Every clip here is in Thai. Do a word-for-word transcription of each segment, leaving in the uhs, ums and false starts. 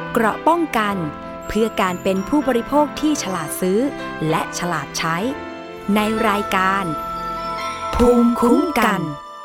เกราะป้องกันเพื่อการเป็นผู้บริโภคที่ฉลาดซื้อและฉลาดใช้ในรายการภูมิคุ้มกัน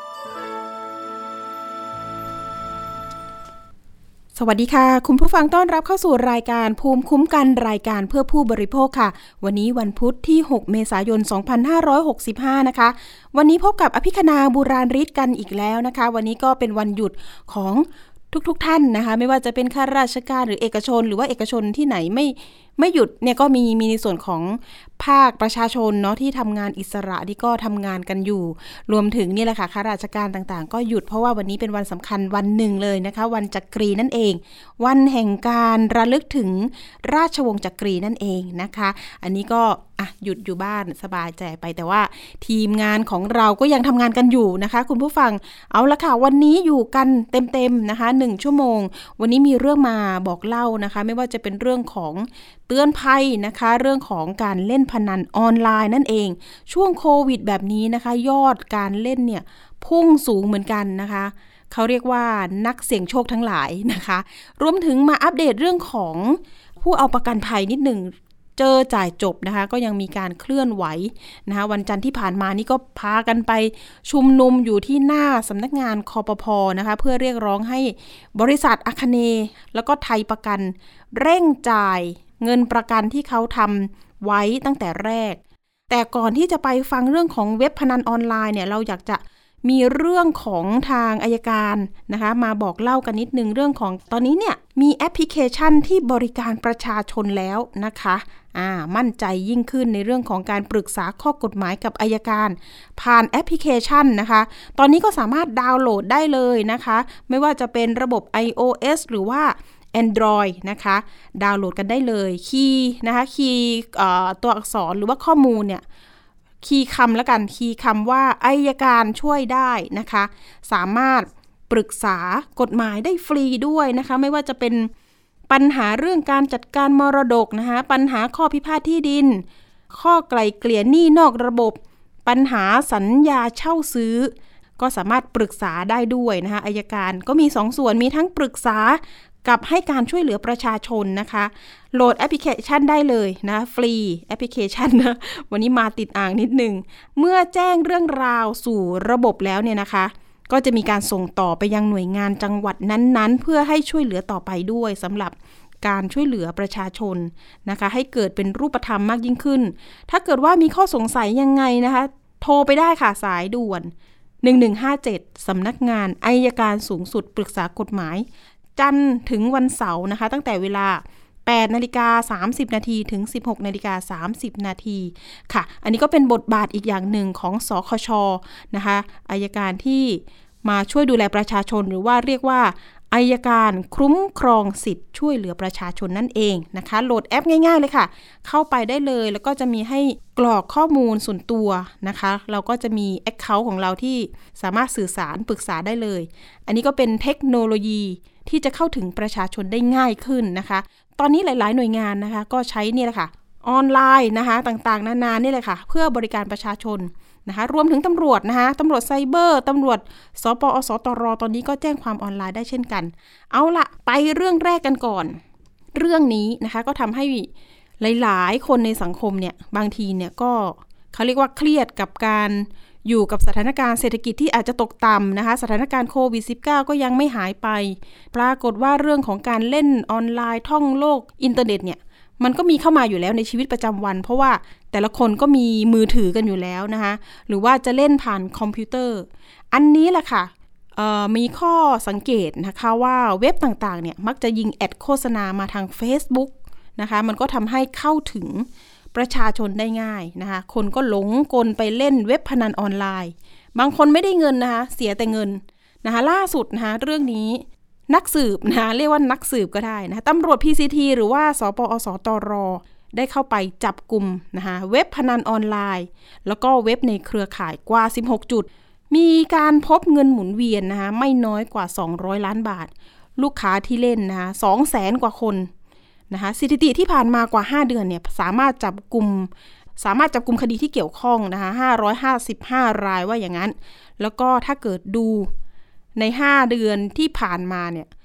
สวัสดีค่ะคุณผู้ฟังต้อนรับเข้าสู่รายการภูมิคุ้มกันรายการเพื่อผู้บริโภคค่ะวันนี้วันพุธที่หกเมษายนสองพันห้าร้อยหกสิบห้านะคะวันนี้พบกับอภิคณาบุราริศกันอีกแล้วนะคะวันนี้ก็เป็นวันหยุดของทุกๆท่านนะคะไม่ว่าจะเป็นข้าราชการหรือเอกชนหรือว่าเอกชนที่ไหนไม่ไม่หยุดเนี่ยก็มีมีในส่วนของภาคประชาชนเนาะที่ทำงานอิสระที่ก็ทำงานกันอยู่รวมถึงนี่แหละค่ะข้าราชการต่างๆก็หยุดเพราะว่าวันนี้เป็นวันสำคัญวันหนึ่งเลยนะคะวันจักรีนั่นเองวันแห่งการระลึกถึงราชวงศ์จักรีนั่นเองนะคะอันนี้ก็อ่ะหยุดอยู่บ้านสบายใจไปแต่ว่าทีมงานของเราก็ยังทำงานกันอยู่นะคะคุณผู้ฟังเอาละค่ะวันนี้อยู่กันเต็มๆนะคะหนึ่งชั่วโมงวันนี้มีเรื่องมาบอกเล่านะคะไม่ว่าจะเป็นเรื่องของเตือนภัยนะคะเรื่องของการเล่นพนันออนไลน์นั่นเองช่วงโควิดแบบนี้นะคะยอดการเล่นเนี่ยพุ่งสูงเหมือนกันนะคะเขาเรียกว่านักเสี่ยงโชคทั้งหลายนะคะรวมถึงมาอัปเดตเรื่องของผู้เอาประกันภัยนิดหนึ่งเจอจ่ายจบนะคะก็ยังมีการเคลื่อนไหวนะคะวันจันทร์ที่ผ่านมานี่ก็พากันไปชุมนุมอยู่ที่หน้าสำนักงานคปภ.นะคะเพื่อเรียกร้องให้บริษัทอาคเนย์แล้วก็ไทยประกันเร่งจ่ายเงินประกันที่เขาทำไว้ตั้งแต่แรกแต่ก่อนที่จะไปฟังเรื่องของเว็บพนันออนไลน์เนี่ยเราอยากจะมีเรื่องของทางอัยการนะคะมาบอกเล่ากันนิดนึงเรื่องของตอนนี้เนี่ยมีแอปพลิเคชันที่บริการประชาชนแล้วนะคะอ่ามั่นใจยิ่งขึ้นในเรื่องของการปรึกษาข้อกฎหมายกับอัยการผ่านแอปพลิเคชันนะคะตอนนี้ก็สามารถดาวน์โหลดได้เลยนะคะไม่ว่าจะเป็นระบบ iOS หรือว่าAndroid นะคะดาวน์โหลดกันได้เลยคีย์นะคะคีย์ตัวอักษรหรือว่าข้อมูลเนี่ยคีย์คำแล้วกันคีย์คำว่าอัยการช่วยได้นะคะสามารถปรึกษากฎหมายได้ฟรีด้วยนะคะไม่ว่าจะเป็นปัญหาเรื่องการจัดการมรดกนะคะปัญหาข้อพิพาทที่ดินข้อไกล่เกลี่ยหนี้นอกระบบปัญหาสัญญาเช่าซื้อก็สามารถปรึกษาได้ด้วยนะคะอัยการก็มีสองส่วนมีทั้งปรึกษากับให้การช่วยเหลือประชาชนนะคะโหลดแอปพลิเคชันได้เลยนะฟรีแอปพลิเคชันนะวันนี้มาติดอ่างนิดนึงเมื่อแจ้งเรื่องราวสู่ระบบแล้วเนี่ยนะคะก็จะมีการส่งต่อไปยังหน่วยงานจังหวัดนั้นๆเพื่อให้ช่วยเหลือต่อไปด้วยสำหรับการช่วยเหลือประชาชนนะคะให้เกิดเป็นรูปธรรมมากยิ่งขึ้นถ้าเกิดว่ามีข้อสงสัยยังไงนะคะโทรไปได้ค่ะสายด่วนหนึ่งหนึ่งห้าเจ็ดสำนักงานอัยการสูงสุดปรึกษากฎหมายจันทร์ถึงวันเสาร์นะคะตั้งแต่เวลา แปดนาฬิกาสามสิบนาทีถึง สิบหกนาฬิกาสามสิบนาทีค่ะอันนี้ก็เป็นบทบาทอีกอย่างหนึ่งของสคช.นะคะอัยการที่มาช่วยดูแลประชาชนหรือว่าเรียกว่าอัยการคุ้มครองสิทธิ์ช่วยเหลือประชาชนนั่นเองนะคะโหลดแอปง่ายๆเลยค่ะเข้าไปได้เลยแล้วก็จะมีให้กรอกข้อมูลส่วนตัวนะคะเราก็จะมี account ของเราที่สามารถสื่อสารปรึกษาได้เลยอันนี้ก็เป็นเทคโนโลยีที่จะเข้าถึงประชาชนได้ง่ายขึ้นนะคะตอนนี้หลายๆหน่วยงานนะคะก็ใช้นี่แหละค่ะออนไลน์นะคะต่างๆนานานี่แหละค่ะเพื่อบริการประชาชนนะคะรวมถึงตำรวจนะคะตำรวจไซเบอร์ตำรวจสปอสตรตอนนี้ก็แจ้งความออนไลน์ได้เช่นกันเอาละไปเรื่องแรกกันก่อนเรื่องนี้นะคะก็ทำให้หลายๆคนในสังคมเนี่ยบางทีเนี่ยก็เขาเรียกว่าเครียดกับการอยู่กับสถานการณ์เศรษฐกิจที่อาจจะตกต่ำนะคะสถานการณ์โควิด สิบเก้า ก็ยังไม่หายไปปรากฏว่าเรื่องของการเล่นออนไลน์ท่องโลกอินเทอร์เน็ตเนี่ยมันก็มีเข้ามาอยู่แล้วในชีวิตประจำวันเพราะว่าแต่ละคนก็มีมือถือกันอยู่แล้วนะคะหรือว่าจะเล่นผ่านคอมพิวเตอร์อันนี้แหละค่ะมีข้อสังเกตนะคะว่าเว็บต่างๆเนี่ยมักจะยิงแอดโฆษณามาทาง Facebook นะคะมันก็ทำให้เข้าถึงประชาชนได้ง่ายนะคะคนก็หลงกลไปเล่นเว็บพนันออนไลน์บางคนไม่ได้เงินนะคะเสียแต่เงินนะคะล่าสุดนะคะเรื่องนี้นักสืบนะคะเรียกว่านักสืบก็ได้นะคะตำรวจ พี ซี ที หรือว่าสปอสตรได้เข้าไปจับกุมนะคะเว็บพนันออนไลน์แล้วก็เว็บในเครือข่ายกว่าสิบหกจุดมีการพบเงินหมุนเวียนนะคะไม่น้อยกว่าสองร้อยล้านบาทลูกค้าที่เล่นนะคะ สองแสน กว่าคนนะคะสถิติที่ผ่านมากว่าห้าเดือนเนี่ยสามารถจับกุมสามารถจับกุมคดีที่เกี่ยวข้องนะคะห้าร้อยห้าสิบห้ารายว่าอย่างนั้นแล้วก็ถ้าเกิดดูในห้าเดือนที่ผ่านมาเนี่ย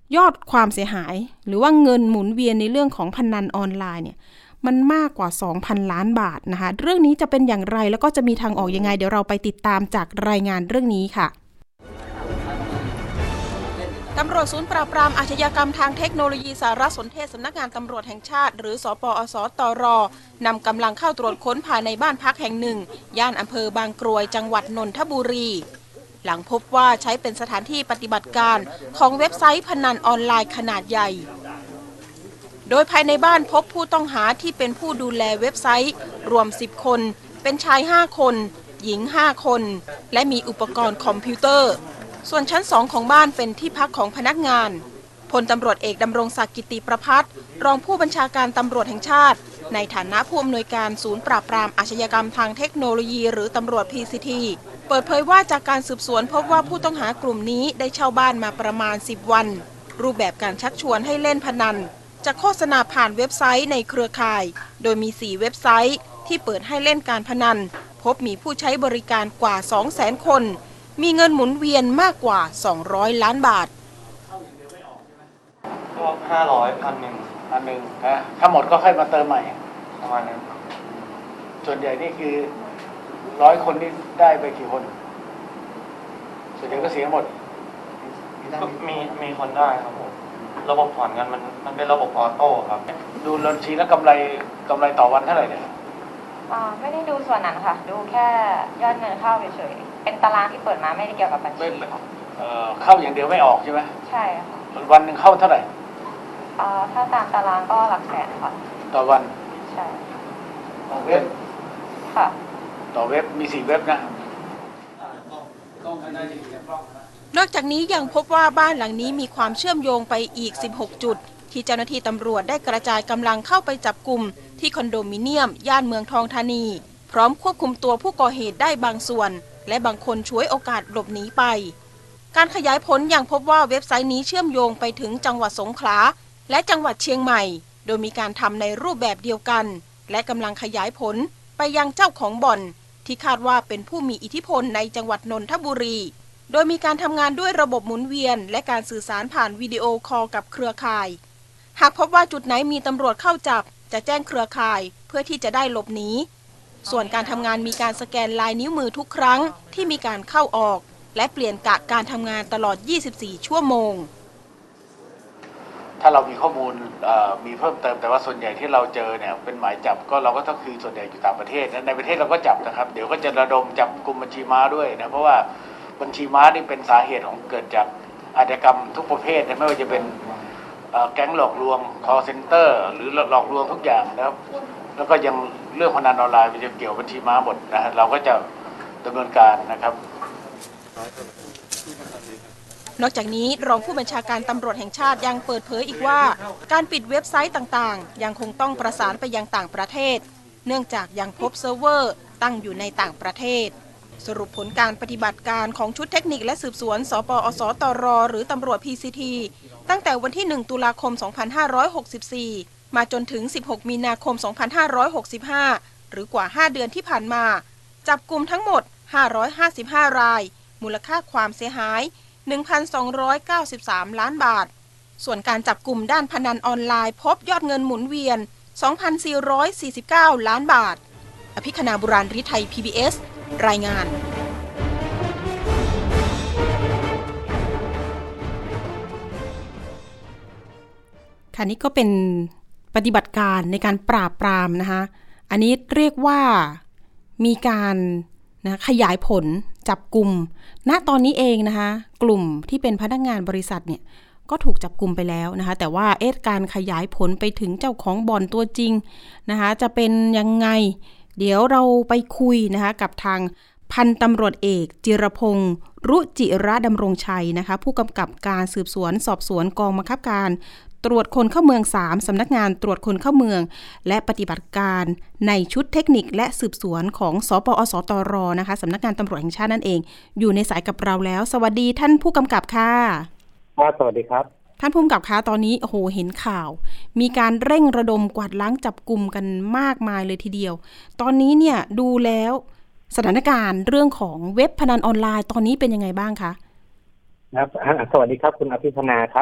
ยอดความเสียหายหรือว่าเงินหมุนเวียนในเรื่องของพนันออนไลน์เนี่ยมันมากกว่า สองพัน ล้านบาทนะคะเรื่องนี้จะเป็นอย่างไรแล้วก็จะมีทางออกยังไงเดี๋ยวเราไปติดตามจากรายงานเรื่องนี้ค่ะตำรวจศูนย์ปราบปรามอาชญากรรมทางเทคโนโลยีสารสนเทศสำนักงานตำรวจแห่งชาติหรือสปอสตรนำกำลังเข้าตรวจค้นภายในบ้านพักแห่งหนึ่งย่านอำเภอบางกรวยจังหวัดนนทบุรีหลังพบว่าใช้เป็นสถานที่ปฏิบัติการของเว็บไซต์พนันออนไลน์ขนาดใหญ่โดยภายในบ้านพบผู้ต้องหาที่เป็นผู้ดูแลเว็บไซต์รวมสิบคนเป็นชายห้าคนหญิงห้าคนและมีอุปกรณ์คอมพิวเตอร์ส่วนชั้นสองของบ้านเป็นที่พักของพนักงานพลตำรวจเอกดำรงศักดิ์กิติประภัสรองผู้บัญชาการตำรวจแห่งชาติในฐานะผู้อำนวยการศูนย์ปราบปรามอาชญากรรมทางเทคโนโลยีหรือตำรวจ พี ซี ที เปิดเผยว่าจากการสืบสวนพบว่าผู้ต้องหากลุ่มนี้ได้เช่าบ้านมาประมาณสิบวันรูปแบบการชักชวนให้เล่นพนันจะโฆษณาผ่านเว็บไซต์ในเครือข่ายโดยมีสี่เว็บไซต์ที่เปิดให้เล่นการพนันพบมีผู้ใช้บริการกว่า สองแสน คนมีเงินหมุนเวียนมากกว่าสองร้อยล้านบาทก็ห้าร้อย พันหนึ่งพันหนึ่งนะถ้าหมดก็ค่อยมาเติมใหม่ประมาณนั้นส่วนใหญ่นี่คือร้อยคนนี่ได้ไปกี่คนส่วนใหญ่ก็เสียหมดก็มีมีคนได้ครับผมระบบถอนเงินมันมันเป็นระบบออโต้ครับดูบัญชีแล้วกำไรกำไรต่อวันเท่าไหร่เนี่ยอ่าไม่ได้ดูส่วนนั้นค่ะดูแค่ยอดเงินเข้าเฉยๆเป็นตารางที่เปิดมาไม่ได้เกี่ยวกับบัญชีเอ่อเข้าอย่างเดียวไม่ออกใช่ไหมใช่ค่ะวันหนึ่งเข้าเท่าไหร่อ่าถ้าตามตารางก็หลักแสนค่ะต่อวันใช่ต่อเว็บค่ะต่อเว็บมีสี่เว็บนะนอกจากนี้ยังพบว่าบ้านหลังนี้มีความเชื่อมโยงไปอีกสิบหกจุดที่เจ้าหน้าที่ตำรวจได้กระจายกำลังเข้าไปจับกุมที่คอนโดมิเนียมย่านเมืองทองธานีพร้อมควบคุมตัวผู้ก่อเหตุได้บางส่วนและบางคนฉวยโอกาสหลบหนีไปการขยายผลยังพบว่าเว็บไซต์นี้เชื่อมโยงไปถึงจังหวัดสงขลาและจังหวัดเชียงใหม่โดยมีการทำในรูปแบบเดียวกันและกำลังขยายผลไปยังเจ้าของบ่อนที่คาดว่าเป็นผู้มีอิทธิพลในจังหวัดนนทบุรีโดยมีการทำงานด้วยระบบหมุนเวียนและการสื่อสารผ่านวิดีโอคอลกับเครือข่ายหากพบว่าจุดไหนมีตำรวจเข้าจับจะแจ้งเครือข่ายเพื่อที่จะได้หลบหนีส่วนการทำงานมีการสแกนลายนิ้วมือทุกครั้งที่มีการเข้าออกและเปลี่ยนกะการทำงานตลอดยี่สิบสี่ชั่วโมงถ้าเรามีข้อมูลมีเพิ่มเติมแต่ว่าส่วนใหญ่ที่เราเจอเนี่ยเป็นหมายจับก็เราก็ต้องคือส่วนใหญ่อยู่ต่างประเทศนะในประเทศเราก็จับนะครับเดี๋ยวก็จะระดมจับกลุ่มบัญชีม้าด้วยนะเพราะว่าบัญชีม้านี่เป็นสาเหตุของเกิดจากอาชญากรรมทุกประเภทนะไม่ว่าจะเป็นแก๊งหลอกลวง call center หรือหลอกลวงทุกอย่างนะครับแล้วก็ยังเรื่องพนันออนไลน์มันจะเกี่ยวบัญชีม้าหมดนะฮะเราก็จะดำเนินการนะครับนอกจากนี้รองผู้บัญชาการตำรวจแห่งชาติยังเปิดเผยอีกว่าการปิดเว็บไซต์ต่างๆยังคงต้องประสานไปยังต่างประเทศเนื่องจากยังพบเซิร์ฟเวอร์ตั้งอยู่ในต่างประเทศสรุปผลการปฏิบัติการของชุดเทคนิคและสืบสวนสปอสตรหรือตำรวจ พี ซี ที ตั้งแต่วันที่หนึ่งตุลาคมสองพันห้าร้อยหกสิบสี่มาจนถึงสิบหกมีนาคมสองพันห้าร้อยหกสิบห้าหรือกว่าห้าเดือนที่ผ่านมาจับกุมทั้งหมดห้าร้อยห้าสิบห้ารายมูลค่าความเสียหาย หนึ่งพันสองร้อยเก้าสิบสาม ล้านบาทส่วนการจับกุมด้านพนันออนไลน์พบยอดเงินหมุนเวียน สองพันสี่ร้อยสี่สิบเก้า ล้านบาทอภิคณา บุราริไทย พี บี เอส รายงานค่ะนี่ก็เป็นปฏิบัติการในการปราบปรามนะคะอันนี้เรียกว่ามีการนะขยายผลจับกุมณตอนนี้เองนะคะกลุ่มที่เป็นพนักงานบริษัทเนี่ยก็ถูกจับกุมไปแล้วนะคะแต่ว่าเอ๊ะการขยายผลไปถึงเจ้าของบ่อนตัวจริงนะคะจะเป็นยังไงเดี๋ยวเราไปคุยนะคะกับทางพันตำรวจเอกจิรพงษ์รุจิระดำรงชัยนะคะผู้กำกับการสืบสวนสอบสวนกองบังคับการตรวจคนเข้าเมืองสามสำนักงานตรวจคนเข้าเมืองและปฏิบัติการในชุดเทคนิคและสืบสวนของสปอสตรนะคะสำนักงานตำรวจแห่งชาตินั่นเองอยู่ในสายกับเราแล้วสวัสดีท่านผู้กำกับค่ะครับสวัสดีครับท่านผู้กำกับคะตอนนี้โอ้โหเห็นข่าวมีการเร่งระดมกวาดล้างจับกุมกันมากมายเลยทีเดียวตอนนี้เนี่ยดูแล้วสถานการณ์เรื่องของเว็บพนันออนไลน์ตอนนี้เป็นยังไงบ้างคะครับสวัสดีครับคุณอภิธนาครับ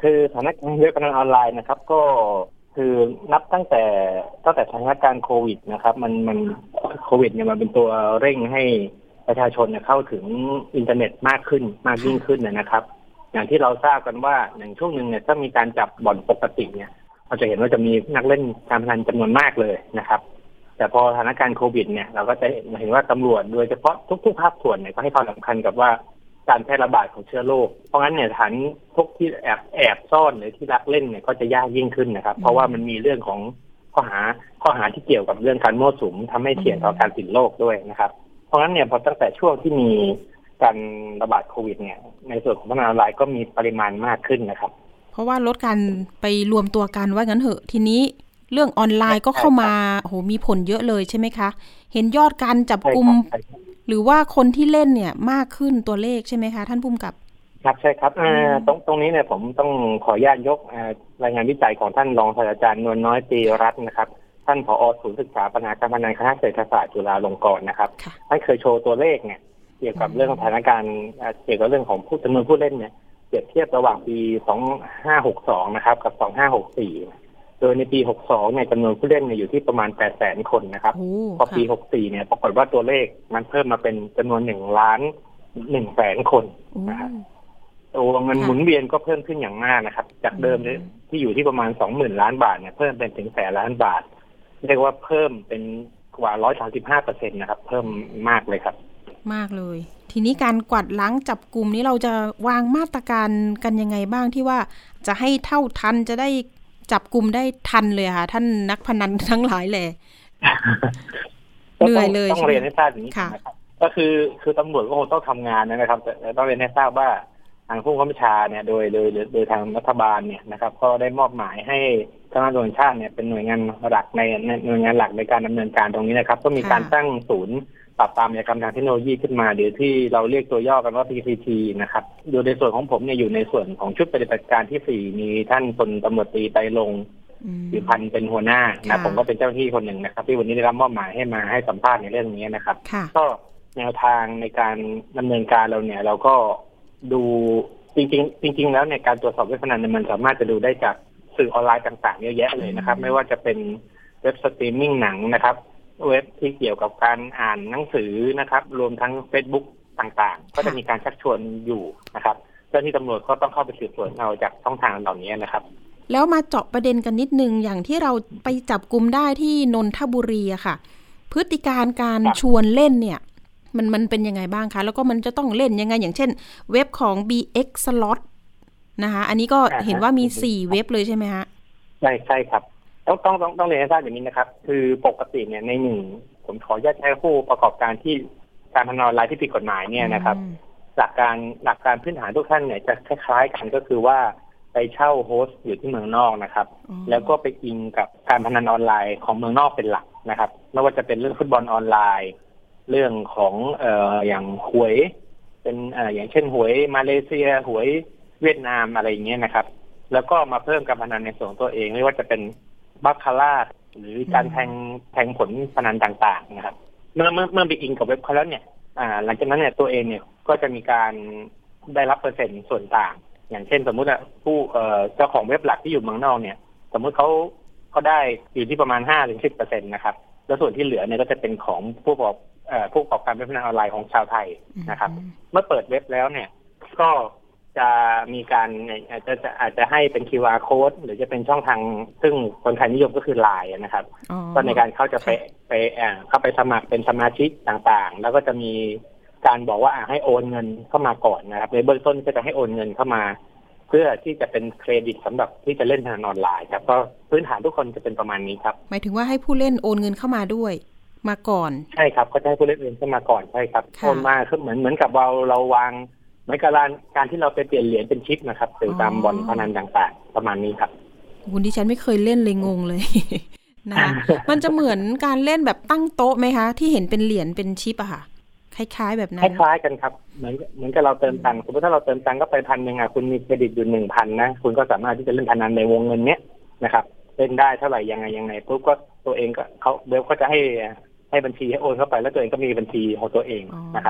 คือสถานการณ์เว็บพนันออนไลน์นะครับก็คือนับตั้งแต่ตั้งแต่สถานการณ์โควิดนะครับมันมันโควิดเนี่ยมันเป็นตัวเร่งให้ประชาชนเนี่ยเข้าถึงอินเทอร์เน็ตมากขึ้นมากยิ่งขึ้นนะครับอย่างที่เราทราบกันว่าอย่างช่วงหนึ่งเนี่ยถ้ามีการจับบ่อนปกติเนี่ยเราจะเห็นว่าจะมีนักเล่นการพนันจำนวนมากเลยนะครับแต่พอสถานการณ์โควิดเนี่ยเราก็จะเห็นว่าตำรวจโดยเฉพาะทุกๆภาคส่วนเนี่ยก็ให้ความสำคัญกับว่าการแพร่ระบาดของเชื้อโรคเพราะงั้นเนี่ยฐานพวกที่แอบแอบซ่อนหรือที่ลักเล่นเนี่ยก็จะยากยิ่งขึ้นนะครับเพราะว่ามันมีเรื่องของข้อหาข้อหาที่เกี่ยวกับเรื่องการมั่วสุมทำให้เสี่ยงต่อการติดโรคด้วยนะครับเพราะงั้นเนี่ยพอตั้งแต่ช่วงที่มีการระบาดโควิดเนี่ยในส่วนของพนันออนไลน์ก็มีปริมาณมากขึ้นนะครับเพราะว่าลดการไปรวมตัวกันว่างั้นเหอะทีนี้เรื่องออนไลน์ก็เข้ามาโอ้โหมีผลเยอะเลยใช่ไหมคะเห็นยอดการจับกุมหรือว่าคนที่เล่นเนี่ยมากขึ้นตัวเลขใช่ไหมคะท่านผู้กำกับครับใช่ครับอ่าตรงตรงนี้เนี่ยผมต้องขออนุญาตยกรายงานวิจัยของท่านรองศาสตราจารย์นวลน้อยตรีรัตน์นะครับท่านผอ.ศูนย์ศึกษาปัญหาการพนันคณะเศรษฐศาสตร์จุฬาลงกรณ์นะครับท่านเคยโชว์ตัวเลขเนี่ยเกี่ยวกับเรื่องสถานการณ์เกี่ยวกับเรื่องของผู้จำนวนผู้เล่นเนี่ยเปรียบเทียบระหว่างปีสองพันห้าร้อยหกสิบสองนะครับกับสองพันห้าร้อยหกสิบสี่โดยในปีหกสิบสองเนี่ยจำนวนผู้เล่นเนี่ยอยู่ที่ประมาณ แปดแสน คนนะครับพอปีหกสิบสี่เนี่ยปรากฏว่าตัวเลขมันเพิ่มมาเป็นจำนวนหนึ่งล้านหนึ่งแสนคนนะครับตัวเงินหมุนเวียนก็เพิ่มขึ้นอย่างมากนะครับจากเดิมที่อยู่ที่ประมาณ สองหมื่น ล้านบาทเนี่ยเพิ่มเป็นถึงแสนล้านบาทเรียกว่าเพิ่มเป็นกว่า หนึ่งร้อยสามสิบห้าเปอร์เซ็นต์ นะครับเพิ่มมากเลยครับมากเลยทีนี้การกวาดล้างจับกลุ่มนี้เราจะวางมาตรการกันยังไงบ้างที่ว่าจะให้เท่าทันจะได้จับกลุ่มได้ทันเลยค่ะท่านนักพนันทั้งหลายแหละเหนื่อยเลยต้องเรียนให้ทราบอย่างนี้นะครับก็คือคือตำรวจก็คงต้องทำงานนะครับแต่ต้องเรียนให้ทราบว่าทางผู้บังคับบัญชาเนี่ยโดยโดยโดยทางรัฐบาลเนี่ยนะครับก็ได้มอบหมายให้สำนักงานตำรวจแห่งชาติเนี่ยเป็นหน่วยงานหลักในหน่วยงานหลักในการดำเนินการตรงนี้นะครับก็มีการตั้งศูนย์ปราบปรามอาชญากรรมทางเทคโนโลยีขึ้นมาเดี๋ยวที่เราเรียกตัวย่อกันว่า พี ซี ที นะครับโดยในส่วนของผมเนี่ยอยู่ในส่วนของชุดปฏิบัติการที่สี่มีท่านพลตำรวจตรีไตรรงค์วิพันธ์เป็นหัวหน้านะผมก็เป็นเจ้าหน้าที่คนหนึ่งนะครับที่วันนี้ได้รับมอบหมายให้มาให้สัมภาษณ์ในเรื่องนี้นะครับก็แนวทางในการดำเนินการเราเนี่ยเราก็ดูจริงๆจริงๆแล้วเนี่ยการตรวจสอบเว็บพนันมันสามารถจะดูได้จากสื่อออนไลน์ต่างๆเยอะแยะเลยนะครับไม่ว่าจะเป็นเว็บสตรีมมิ่งหนังนะครับเว็บที่เกี่ยวกับการอ่านหนังสือนะครับรวมทั้ง Facebook ต่างๆก็จะมีการชักชวนอยู่นะครับเจ้าหน้าที่ตำรวจก็ต้องเข้าไปสืบสวนเอาจากช่องทางเหล่านี้นะครับแล้วมาเจาะประเด็นกันนิดนึงอย่างที่เราไปจับกุมได้ที่นนทบุรีอะค่ะพฤติการการชวนเล่นเนี่ยมันมันเป็นยังไงบ้างคะแล้วก็มันจะต้องเล่นยังไงอย่างเช่นเว็บของ บี เอ็กซ์ Slot นะคะอันนี้ก็เห็นว่ามีสี่เว็บเลยใช่ไหมฮะใช่ใช่ครับต้องต้องต้องต้องเรียนให้ทราบอย่างนี้นะครับคือปกติเนี่ยในหนึ่งผมขอแยกให้ผู้ประกอบการที่การพนันออนไลน์ที่ผิดกฎหมายเนี่ยนะครับหลักการหลักการพื้นฐานทุกท่านเนี่ยจะคล้ายๆกันก็คือว่าไปเช่าโฮสต์อยู่ที่เมืองนอกนะครับแล้วก็ไปอิงกับการพนันออนไลน์ของเมืองนอกเป็นหลักนะครับไม่ว่าจะเป็นเรื่องฟุตบอลออนไลน์เรื่องของเอ่ออย่างหวยเป็นเอ่ออย่างเช่นหวยมาเลเซียหวยเวียดนามอะไรอย่างเงี้ยนะครับแล้วก็มาเพิ่มการพนันในส่วนตัวเองไม่ว่าจะเป็นบัคคาร่าหรือการแทงแทงผลพนันต่างๆนะครับเมื่อเมื่อเมื่อไปอิงกับเว็บเขาแล้วเนี่ยอ่าหลังจากนั้นเนี่ยตัวเองเนี่ยก็จะมีการได้รับเปอร์เซ็นต์ส่วนต่างอย่างเช่นสมมุติว่าผู้เอ่อเจ้าของเว็บหลักที่อยู่เมืองนอกเนี่ยสมมุติเขาเขาได้อยู่ที่ประมาณ ห้าถึงสิบเปอร์เซ็นต์ นะครับแล้วส่วนที่เหลือเนี่ยก็จะเป็นของผู้ประกอบเอ่อผู้ประกอบการเว็บพนันออนไลน์ของชาวไทยนะครับเมื่อเปิดเว็บแล้วเนี่ยก็จะมีการอาจจะอาจจะให้เป็น คิว อาร์ Code หรือจะเป็นช่องทางซึ่งคนไทยนิยมก็คือ ไลน์ นะครับก็ในการเขาจะไปไปเข้าไปสมัครเป็นสมาชิกต่างๆแล้วก็จะมีการบอกว่าให้โอนเงินเข้ามาก่อนนะครับในเบื้องต้นก็จะให้โอนเงินเข้ามาเพื่อที่จะเป็นเครดิตสำหรับที่จะเล่นพนันออนไลน์ครับก็พื้นฐานทุกคนจะเป็นประมาณนี้ครับหมายถึงว่าให้ผู้เล่นโอนเงินเข้ามาด้วยมาก่อนใช่ครับก็จะให้ผู้เล่นโอนเข้ามาก่อนใช่ครับโอนมาคือเหมือนเหมือนกับเราเราวางเหมือนกับการที่เราไปเปลี่ยนเหรียญเป็นชิปนะครับหรือตามบ่อนพนันต่างๆประมาณนี้ครับคุณดิฉันไม่เคยเล่นเลยงงเลยนะคะมันจะเหมือนการเล่นแบบตั้งโต๊ะไหมคะที่เห็นเป็นเหรียญเป็นชิปอะค่ะคล้ายๆแบบนั้นคล้ายๆกันครับเหมือนเหมือนกับเราเติมตังค์สมมติถ้าเราเติมตังค์ก็ไปพันหนึ่งอ่ะคุณมีเครดิตอยู่หนึ่งพันนะคุณก็สามารถที่จะเล่นพนันในวงเงินเนี้ยนะครับเล่นได้เท่าไหร่ยังไงยังไงปุ๊บก็ตัวเองก็เขาเว็บก็จะให้ให้บัญชีให้โอนเข้าไปแล้วตัวเองก็มีบัญชีของตัวเองนะครับ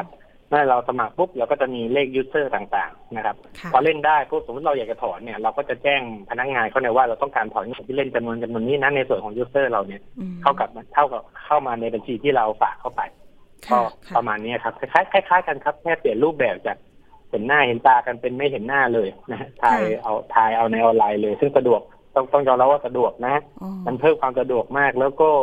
เมื่อเราสมัครปุ๊บเราก็จะมีเลขยูเซอร์ต่างๆนะครับพอเล่นได้ปุ๊บสมมติเราอยากจะถอนเนี่ยเราก็จะแจ้งพนักงานเขาเนี่ยว่าเราต้องการถอนเงินที่เล่นจำนวนจำนวนนี้นะในส่วนของยูเซอร์เราเนี่ยเท่ากับเท่ากับเข้ามาในบัญชีที่เราฝากเข้าไปก็ประมาณนี้ครับคล้ายๆคล้ายๆกันครับแค่เปลี่ยนรูปแบบจากเห็นหน้าเห็นตากันเป็นไม่เห็นหน้าเลยนะทายเอาทายเอาในออนไลน์เลยซึ่งสะดวกต้องต้องยอมรับว่าสะดวกนะมันเพิ่มความสะดวกมากแล้วก็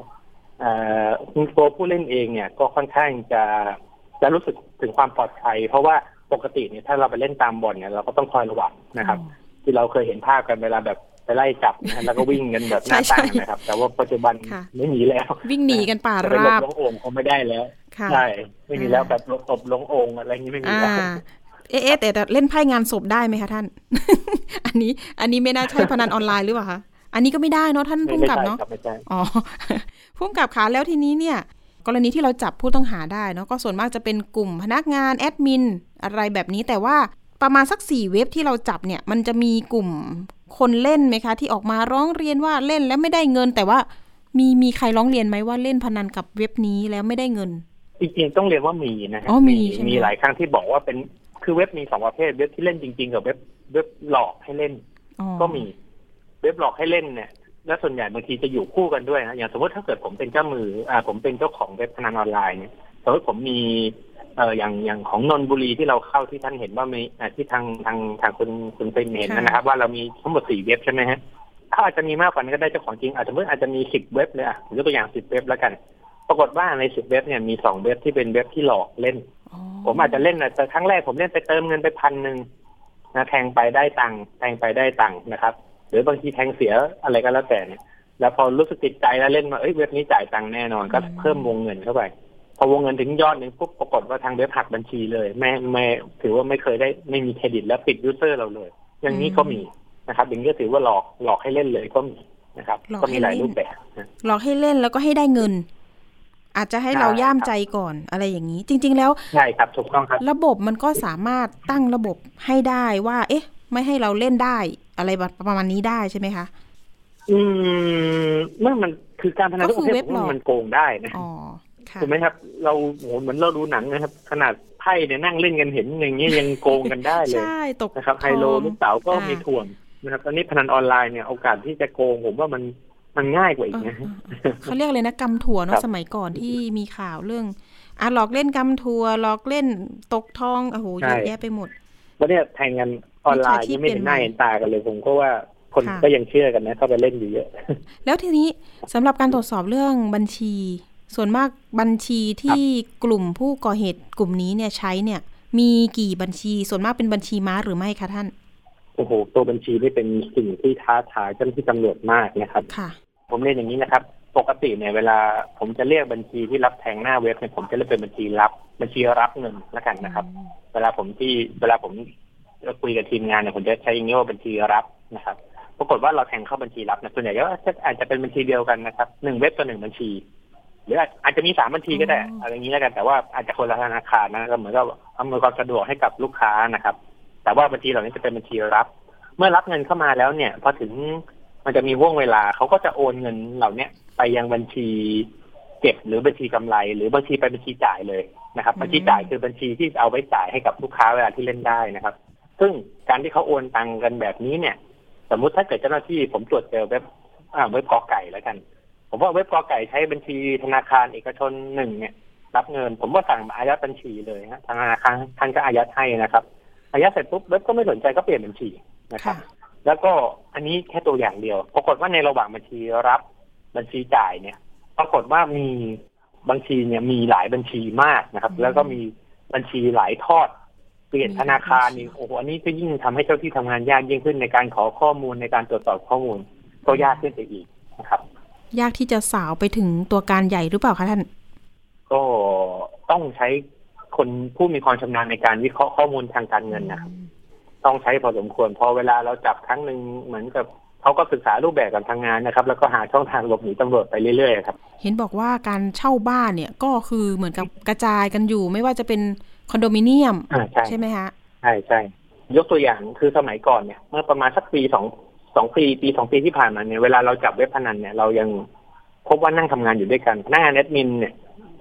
ตัวผู้เล่นเองเนี่ยก็ค่อนข้างจะจะรู้สึกถึงความปลอดภัยเพราะว่าปกติเนี่ยถ้าเราไปเล่นตามบ่อนเนี่ยเราก็ต้องคอยระวังนะครับที่เราเคยเห็นภาพกันเวลาแบบไปไล่จับนะแล้วก็วิ่งกันแบบหน้าตั้งนะครับแต่ว่าปัจจุบันไม่มีแล้ววิ่งหนีกันป่าราบลงโอ่งคงไม่ได้แล้วใช่ไม่มีแล้วแบบตบลงโอ่งอะไรอย่างนี้ไม่มีแล้วเอ๊ะแต่เล่นไพ่งานศพได้ไหมคะท่าน อันนี้อันนี้ไม่น่าใช่พนันออนไลน์หรือเปล่าคะอันนี้ก็ไม่ได้เนาะท่านผู้กำกับเนาะอ๋อผู้กำกับขาแล้วทีนี้เนี่ยกรณีที่เราจับผู้ต้องหาได้เนาะก็ส่วนมากจะเป็นกลุ่มพนักงานแอดมินอะไรแบบนี้แต่ว่าประมาณสักสี่เว็บที่เราจับเนี่ยมันจะมีกลุ่มคนเล่นไหมคะที่ออกมาร้องเรียนว่าเล่นแล้วไม่ได้เงินแต่ว่ามีมีใครร้องเรียนไหมว่าเล่นพนันกับเว็บนี้แล้วไม่ได้เงินจริงๆต้องเรียนว่ามีนะครับมีมีหลายครั้งที่บอกว่าเป็นคือเว็บมีสองประเภทเว็บที่เล่นจริงๆกับเว็บเว็บหลอกให้เล่นก็มีเว็บหลอกให้เล่นเนี่ยและส่วนใหญ่บางทีจะอยู่คู่กันด้วยนะอย่างสมมติถ้าเกิดผมเป็นเจ้ามืออ่าผมเป็นเจ้าของเว็บพนันออนไลน์เนี่ยสมมติผมมีเอ่ออย่างอย่างของนนทบุรีที่เราเข้าที่ท่านเห็นว่ามีอ่าที่ทางทางทางคุณคุณเป็นเห็นนะครับว่าเรามีทั้งหมดสี่เว็บใช่ไหมฮะถ้าอาจจะมีมากกว่านั้นก็ได้เจ้าของจริงอาจจะเมื่ออาจจะมีสิบเว็บเลยอ่ะยกตัวอย่างสิบเว็บแล้วกันปรากฏว่าในสิบเว็บเนี่ยมีสองเว็บที่เป็นเว็บที่หลอกเล่นผมอาจจะเล่นนะแต่ครั้งแรกผมเล่นไปเติมเงินไปพันหนึ่งนะแทงไปได้ตังค์แทงไปได้ตังค์นะครับหรือบางทีแทงเสียอะไรก็แล้วแต่เนี่ยแล้วพอรู้สึกติดใจแล้วเล่นมาเอ้ยเว็บนี้จ่ายตังค์แน่นอนก็เพิ่มวงเงินเข้าไปพอวงเงินถึงยอดนึงปุ๊บปรากฏว่าทางเว็บหักบัญชีเลยไม่ไม่ถือว่าไม่เคยได้ไม่มีเครดิตแล้วปิดยูเซอร์เราเลยอย่างนี้ก็มีนะครับอย่างนี้ก็ถือว่าหลอกหลอกให้เล่นเลยก็มีนะครับก็มีหลายรูปแบบหลอกให้เล่นแล้วก็ให้ได้เงินอาจจะให้เราย่ามใจก่อนอะไรอย่างนี้จริงๆแล้วใช่ครับถูกต้องครับระบบมันก็สามารถตั้งระบบให้ได้ว่าเอ๊ะไม่ให้เราเล่นได้อะไรประมาณนี้ได้ใช่ไหมคะอืมเมื่อมันคือการพนันทุกประเภทมันโกงได้นะถูกไหมครับเราโหเหมือนเราดูหนังนะครับขนาดไพ่เนี่ยนั่งเล่นกันเห็นอย่างนี้ยังโกงกันได้เลยใช่ตกนะครับไฮโลลูกเต๋าก็มีถ่วงนะครับตอนนี้พนันออนไลน์เนี่ยโอกาสที่จะโกงผมว่ามันมันง่ายกว่าอีกนะเขาเรียกเลยนะกำถั่วเนาะสมัยก่อนที่มีข่าวเรื่องอ่ะหลอกเล่นกำถั่วหลอกเล่นตกทองโอ้โหเยอะแยะไปหมดแล้วเนี่ยแทงกันออนไลน์นี่ไม่เห็นหน้าเห็นตากันเลยผมก็ว่าคนก็ยังเชื่อกันนะเข้าไปเล่นอยู่เยอะแล้วทีนี้สำหรับการตรวจสอบเรื่องบัญชีส่วนมากบัญชีที่กลุ่มผู้ก่อเหตุกลุ่มนี้เนี่ยใช้เนี่ยมีกี่บัญชีส่วนมากเป็นบัญชีม้าหรือไม่คะท่านโอ้โหตัวบัญชีนี่เป็นสิ่งที่ท้าทายเจ้าหน้าที่ตำรวจมากนะครับค่ะผมเรียนอย่างนี้นะครับปกติเนี่ยเวลาผมจะเรียกบัญชีที่รับแทงหน้าเว็บเนี่ยผมจะเรียกเป็นบัญชีรับบัญชีรับเงินแล้วกันนะครับเวลาผมที่เวลาผมคุยกับทีมงานเนี่ยผมจะใช้อย่างนี้ว่าบัญชีรับนะครับปรากฏว่าเราแทงเข้าบัญชีรับนะส่วนใหญ่ก็อาจจะเป็นบัญชีเดียวกันนะครับหนึ่งเว็บต่อหนึ่งบัญชีหรืออาจจะมีสามบัญชีก็ได้อะไรอย่างนี้แล้วกันแต่ว่าอาจจะคนละธนาคารนะก็เหมือนกับอำนวยความสะดวกให้กับลูกค้านะครับแต่ว่าบัญชีเหล่านี้จะเป็นบัญชีรับเมื่อรับเงินเข้ามาแล้วเนี่ยพอถึงมันจะมีห่วงเวลาเขาก็จะโอนเงินเหล่านี้ไปยังบัญชีเก็บหรือบัญชีกำไรหรือบัญชีไปบัญชีจ่ายเลยนะครับบัญชีจ่ายคือบัญชีที่เอาไว้จ่ายให้กับลูกค้าเวลาที่เล่นได้นะครับซึ่งการที่เขาโอนตังกันแบบนี้เนี่ยสมมุติถ้าเกิดเจ้าหน้าที่ผมตรวจเจอเว็บอ่าเว็บกอไก่แล้วกันผมว่าเว็บกอไก่ใช้บัญชีธนาคารเอกชนหนึ่งเนี่ยรับเงินผมก็สั่งอายัดบัญชีเลยฮะทางธนาคารท่านก็อายัดให้นะครับอายัดเสร็จปุ๊บเว็บก็ไม่สนใจก็เปลี่ยนบัญชีนะครับแล้วก็อันนี้แค่ตัวอย่างเดียวปรากฏว่าในระหว่างบัญชีรับบัญชีจ่ายเนี่ยปรากฏว่ามีบัญชีเนี่ยมีหลายบัญชีมากนะครับแล้วก็มีบัญชีหลายทอดเปลี่ยนธนาคารนี่โอ้โหอันนี้ก็ยิ่งทำให้เจ้าที่ทำงานยากยิ่งขึ้นในการขอข้อมูลในการตรวจสอบข้อมูลก็ยากขึ้นไปอีกนะครับยากที่จะสาวไปถึงตัวการใหญ่หรือเปล่าคะท่านก็ต้องใช้คนผู้มีความชำนาญในการวิเคราะห์ข้อมูลทางการเงินนะครับต้องใช้พอสมควรพอเวลาเราจับครั้งนึงเหมือนกับเขาก็ศึกษารูปแบบการทำงานนะครับแล้วก็หาช่องทางหลบหนีตำรวจไปเรื่อยๆครับเห็นบอกว่าการเช่าบ้านเนี่ยก็คือเหมือนกับกระจายกันอยู่ไม่ว่าจะเป็นคอนโดมิเนียมใช่ไหมฮะใช่ใช่ยกตัวอย่างคือสมัยก่อนเนี่ยเมื่อประมาณสักปีสองสองปีปีสองปีที่ผ่านมาเนี่ยเวลาเราจับเว็บพนันเนี่ยเรายังพบว่านั่งทำงานอยู่ด้วยกันพนักงานแอดมินเนี่ย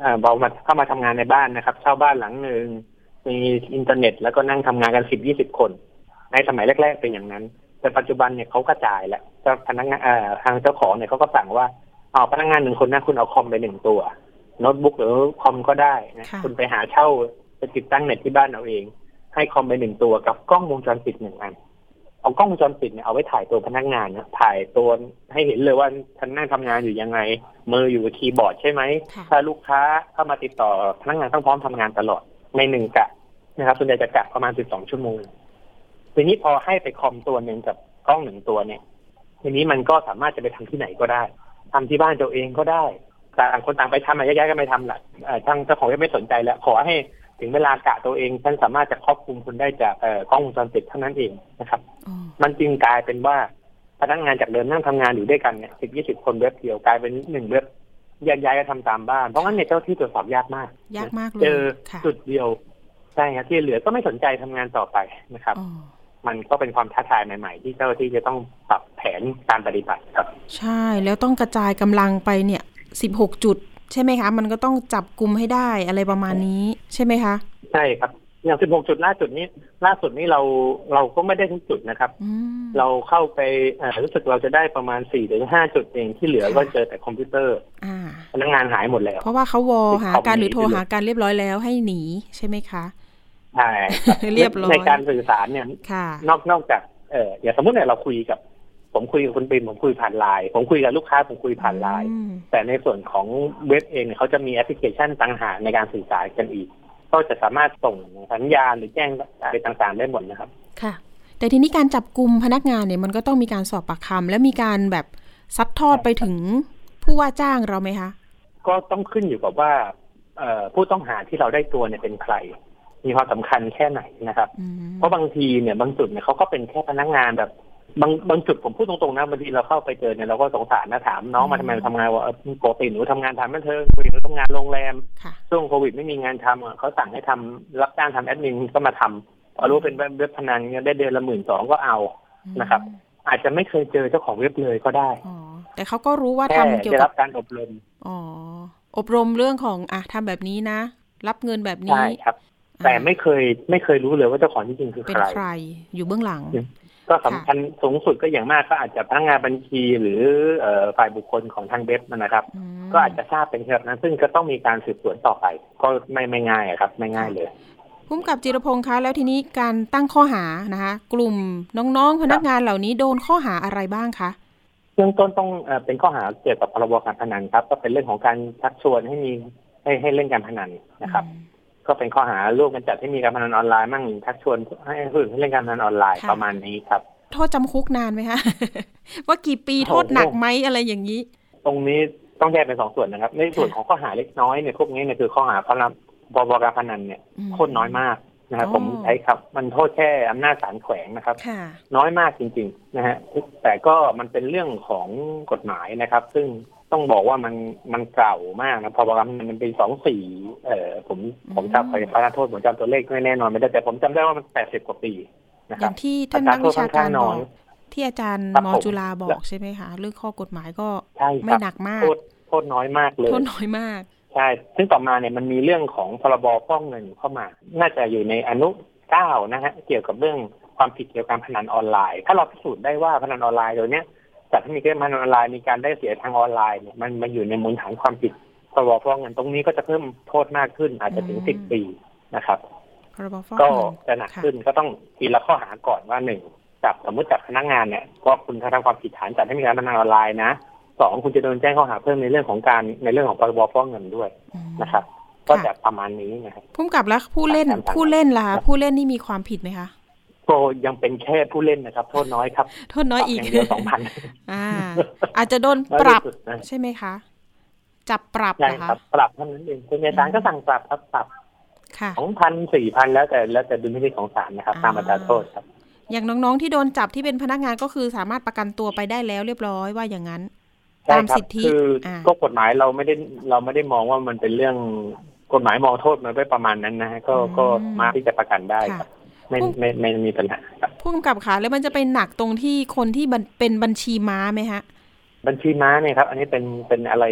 เอ่อเรามาเข้ามาทำงานในบ้านนะครับเช่าบ้านหลังนึงมีอินเทอร์เน็ตแล้วก็นั่งทำงานกันสิบยี่สิบคนในสมัยแรกๆเป็นอย่างนั้นแต่ปัจจุบันเนี่ยเขากระจายแล้วเจ้าพนักงานเอ่อทางเจ้าของเนี่ยเขาก็สั่งว่าเอาพนักงานหนึ่งคนนะคุณเอาคอมไปหนึ่งตัวโน้ตบุ๊กหรือคอมก็ได้นะคุณไปหาเช่าไปติดตั้งเน็ตที่บ้านเอาเองให้คอมไปหนึ่งตัวกับกล้องวงจรปิดหนึ่งอันเอากล้องวงจรปิดเนี่ยเอาไว้ถ่ายตัวพนักงานนะถ่ายตัวให้เห็นเลยว่าฉันนั่งทำงานอยู่ยังไงมืออยู่กับคีย์บอร์ดใช่ไหมถ้าลูกค้าเข้ามาติดต่อพนักงานต้องพร้อมทำงานตลอดในหนึ่งกะนะครับส่วนใหญ่จะกะประมาณสิบสองชั่วโมงทีนี้พอให้ไปคอมตัวหนึ่งกับกล้องหนึ่งตัวเนี่ยทีนี้มันก็สามารถจะไปทำที่ไหนก็ได้ทำที่บ้านตัวเองก็ได้ต่างคนต่างไปทำอะไรย้ายๆกันไปทำแหละทางเจ้าของไม่สนใจแล้วขอให้ถึงเวลากะตัวเองท่านสามารถจะครอบคลุมคุณได้จากกล้องวงจรปิดเท่านั้นเองนะครับมันจึงกลายเป็นว่าพนักงานจากเดิมนั่งทำงานอยู่ด้วยกันเนี่ยสิบยี่สิบคนเว็บเดียวกลายเป็นหนึ่งเว็บแยกย้ายกันทำตามบ้านเพราะงั้นเนี่ยเจ้าที่ตรวจสอบยากมากยากมากเลยเจอจุดเดียวใช่ครับที่เหลือก็ไม่สนใจทำงานต่อไปนะครับมันก็เป็นความท้าทายใหม่ๆที่เจ้าที่จะต้องปรับแผนการปฏิบัติครับใช่แล้วต้องกระจายกำลังไปเนี่ยสิบหกจุดใช่ไหมคะมันก็ต้องจับกุมให้ได้อะไรประมาณนี้ใช่ไหมคะใช่ครับอย่างสิบหกจุดล่าสุดนี้ล่าสุดนี้เราเราก็ไม่ได้ทุกจุดนะครับเราเข้าไปรู้สึกเราจะได้ประมาณ สี่ถึงห้า จุดเองที่เหลือก็เจอแต่คอมพิวเตอร์พนักงานหายหมดแล้วเพราะว่าเขาวอหาการหรือโทรหาการเรียบร้อยแล้วให้หนีใช่ไหมคะใช่เรียบร้อยในการสื่อสารเนี่ยนอกนอกจากเอออย่างสมมติเนี่ยเราคุยกับผมคุยกับคุณปิ่นผมคุยผ่านไลน์ผมคุยกับลูกค้าผมคุยผ่านไลน์แต่ในส่วนของเว็บเองเนี่ยเขาจะมีแอปพลิเคชันต่างหากในการสื่อสารกันอีกก็จะสามารถส่งสัญญาณหรือแจ้งอะไรต่างๆได้หมดนะครับค่ะแต่ทีนี้การจับกุมพนักงานเนี่ยมันก็ต้องมีการสอบปากคำและมีการแบบซัดทอดไปถึงผู้ว่าจ้างเราไหมคะก็ต้องขึ้นอยู่กับว่าผู้ต้องหาที่เราได้ตัวเนี่ยเป็นใครมีความสำคัญแค่ไหนนะครับเพราะบางทีเนี่ยบางจุดเนี่ยเขาก็เป็นแค่พนักงานแบบบางบางจุดผมพูดตรงๆนะบางทีเราเข้าไปเจอเนี่ยเราก็สงสารนะถามน้องมาทำไมทำงานว่าปกติหนูทำงานทำบันเทิงหนูทำงานโรงแรมช่วงโควิดไม่มีงานทำเขาสั่งให้ทำรับจ้างทำแอดมินก็มาทำพอรู้เป็นเว็บพนันได้เดือนละหมื่นสองก็เอานะครับอาจจะไม่เคยเจอเจ้าของเว็บเลยก็ได้แต่เขาก็รู้ว่าทำเกี่ยวกับการอบรมอ๋ออบรมเรื่องของอ่ะทำแบบนี้นะรับเงินแบบนี้ใช่ครับแต่ไม่เคยไม่เคยรู้เลยว่าเจ้าของจริงๆคือใครเป็นใครอยู่เบื้องหลังก็สำคัญสูงสุดก็อย่างมากก็อาจจะพนักงานบัญชีหรือฝ่ายบุคคลของทางเว็บนะครับก็อาจจะทราบเป็นแบบนั้นซึ่งก็ต้องมีการสืบสวนต่อไปก็ไม่ไม่ง่ายครับไม่ง่ายเลยผู้กำกับจิรพงษ์คะแล้วทีนี้การตั้งข้อหานะคะกลุ่มน้องๆพนักงานเหล่านี้โดนข้อหาอะไรบ้างคะเบื้องต้นต้องเป็นข้อหาเกี่ยวกับพรบการพนันครับก็เป็นเรื่องของการชักชวนให้มีให้ให้เล่นการพนันนะครับก็เป็นข้อหาร่วมกันจัดให้มีการพนันออนไลน์มั่งชักชวนให้ผู้อื่นเล่นการพนันออนไลน์ประมาณนี้ครับโทษจำคุกนานไหมคะ ว่ากี่ปีโทษหนักไหมอะไรอย่างนี้ตรงนี้ต้องแยกเป็นสองส่วนนะครับในส่วนของข้อหาเล็กน้อยเนี่ยพวกนี้เนี่ยคือข้อหาพรบการพนันเนี่ยโทษน้อยมากนะครับผมใช้ครับมันโทษแค่อำนาจศาลแขวงนะครับน้อยมากจริงๆนะฮะแต่ก็มันเป็นเรื่องของกฎหมายนะครับซึ่งต้องบอกว่ามันมันเก่ามากนะพรบการพนันมันเป็นสองสี่เอ่อผมผมจำไปพนันโทษผมจำตัวเลขไม่แน่นอนไม่ได้แต่ผมจำได้ว่ามันแปดสิบกว่าปีอย่างที่ท่านนักวิชาการบอกที่อาจารย์ม.จุฬาบอกใช่ไหมคะเรื่องข้อกฎหมายก็ไม่หนักมากโทษโทษน้อยมากเลยโทษน้อยมากใช่ซึ่งต่อมาเนี่ยมันมีเรื่องของพรบฟอกเงินเข้ามาน่าจะอยู่ในอนุเก้านะฮะเกี่ยวกับเรื่องความผิดเกี่ยวกับพนันออนไลน์ถ้าเราพิสูจน์ได้ว่าพนันออนไลน์โดยเนี้ยจัดให้มีการพนันออนไลน์มีการได้เสียทางออนไลน์เนี่ยมันมาอยู่ในมูลฐานความผิดพรบฟอกเงินตรงนี้ก็จะเพิ่มโทษมากขึ้นอาจจะถึงสิบปีนะครับก็จะหนักขึ้นก็ต้องทีละข้อหาก่อนว่าหนึ่งจับสมมติจับพนักงานเนี่ยก็คุณทำความผิดฐานจัดให้มีการพนันออนไลน์นะสองคุณจะโดนแจ้งข้อหาเพิ่มในเรื่องของการในเรื่องของพรบฟอกเงินด้วยนะครับก็จะประมาณนี้นะครับผู้กำกับแล้วผู้เล่นผู้เล่นล่ะผู้เล่นนี่มีความผิดไหมคะก็ยังเป็นแค่ผู้เล่นนะครับโทษน้อยครับโทษน้อยอีกเดียวสองพันอ่าอาจจะโดนปรับใช่ไหมคะจับปรับนะคะปรับเท่านั้นเองคุณนายศาลก็สั่งปรับครับปรับสองพันสี่พันแล้วแต่แล้วแต่ดุลพินิจของศาลนะครับตามอัตราโทษครับอย่างน้องๆที่โดนจับที่เป็นพนักงานก็คือสามารถประกันตัวไปได้แล้วเรียบร้อยว่าอย่างนั้นตามสิทธิคือก็กฎหมายเราไม่ได้เราไม่ได้มองว่ามันเป็นเรื่องกฎหมายมองโทษมันไว้ประมาณนั้นนะฮะก็ก็มาที่จะประกันได้ครับไม่ไม่ไม่มีปัญหาครับผู้กำกับค่ะแล้วมันจะไปหนักตรงที่คนที่เป็นบัญชีม้าไหมฮะบัญชีม้าเนี่ยครับอันนี้เป็นเป็นอะไรเ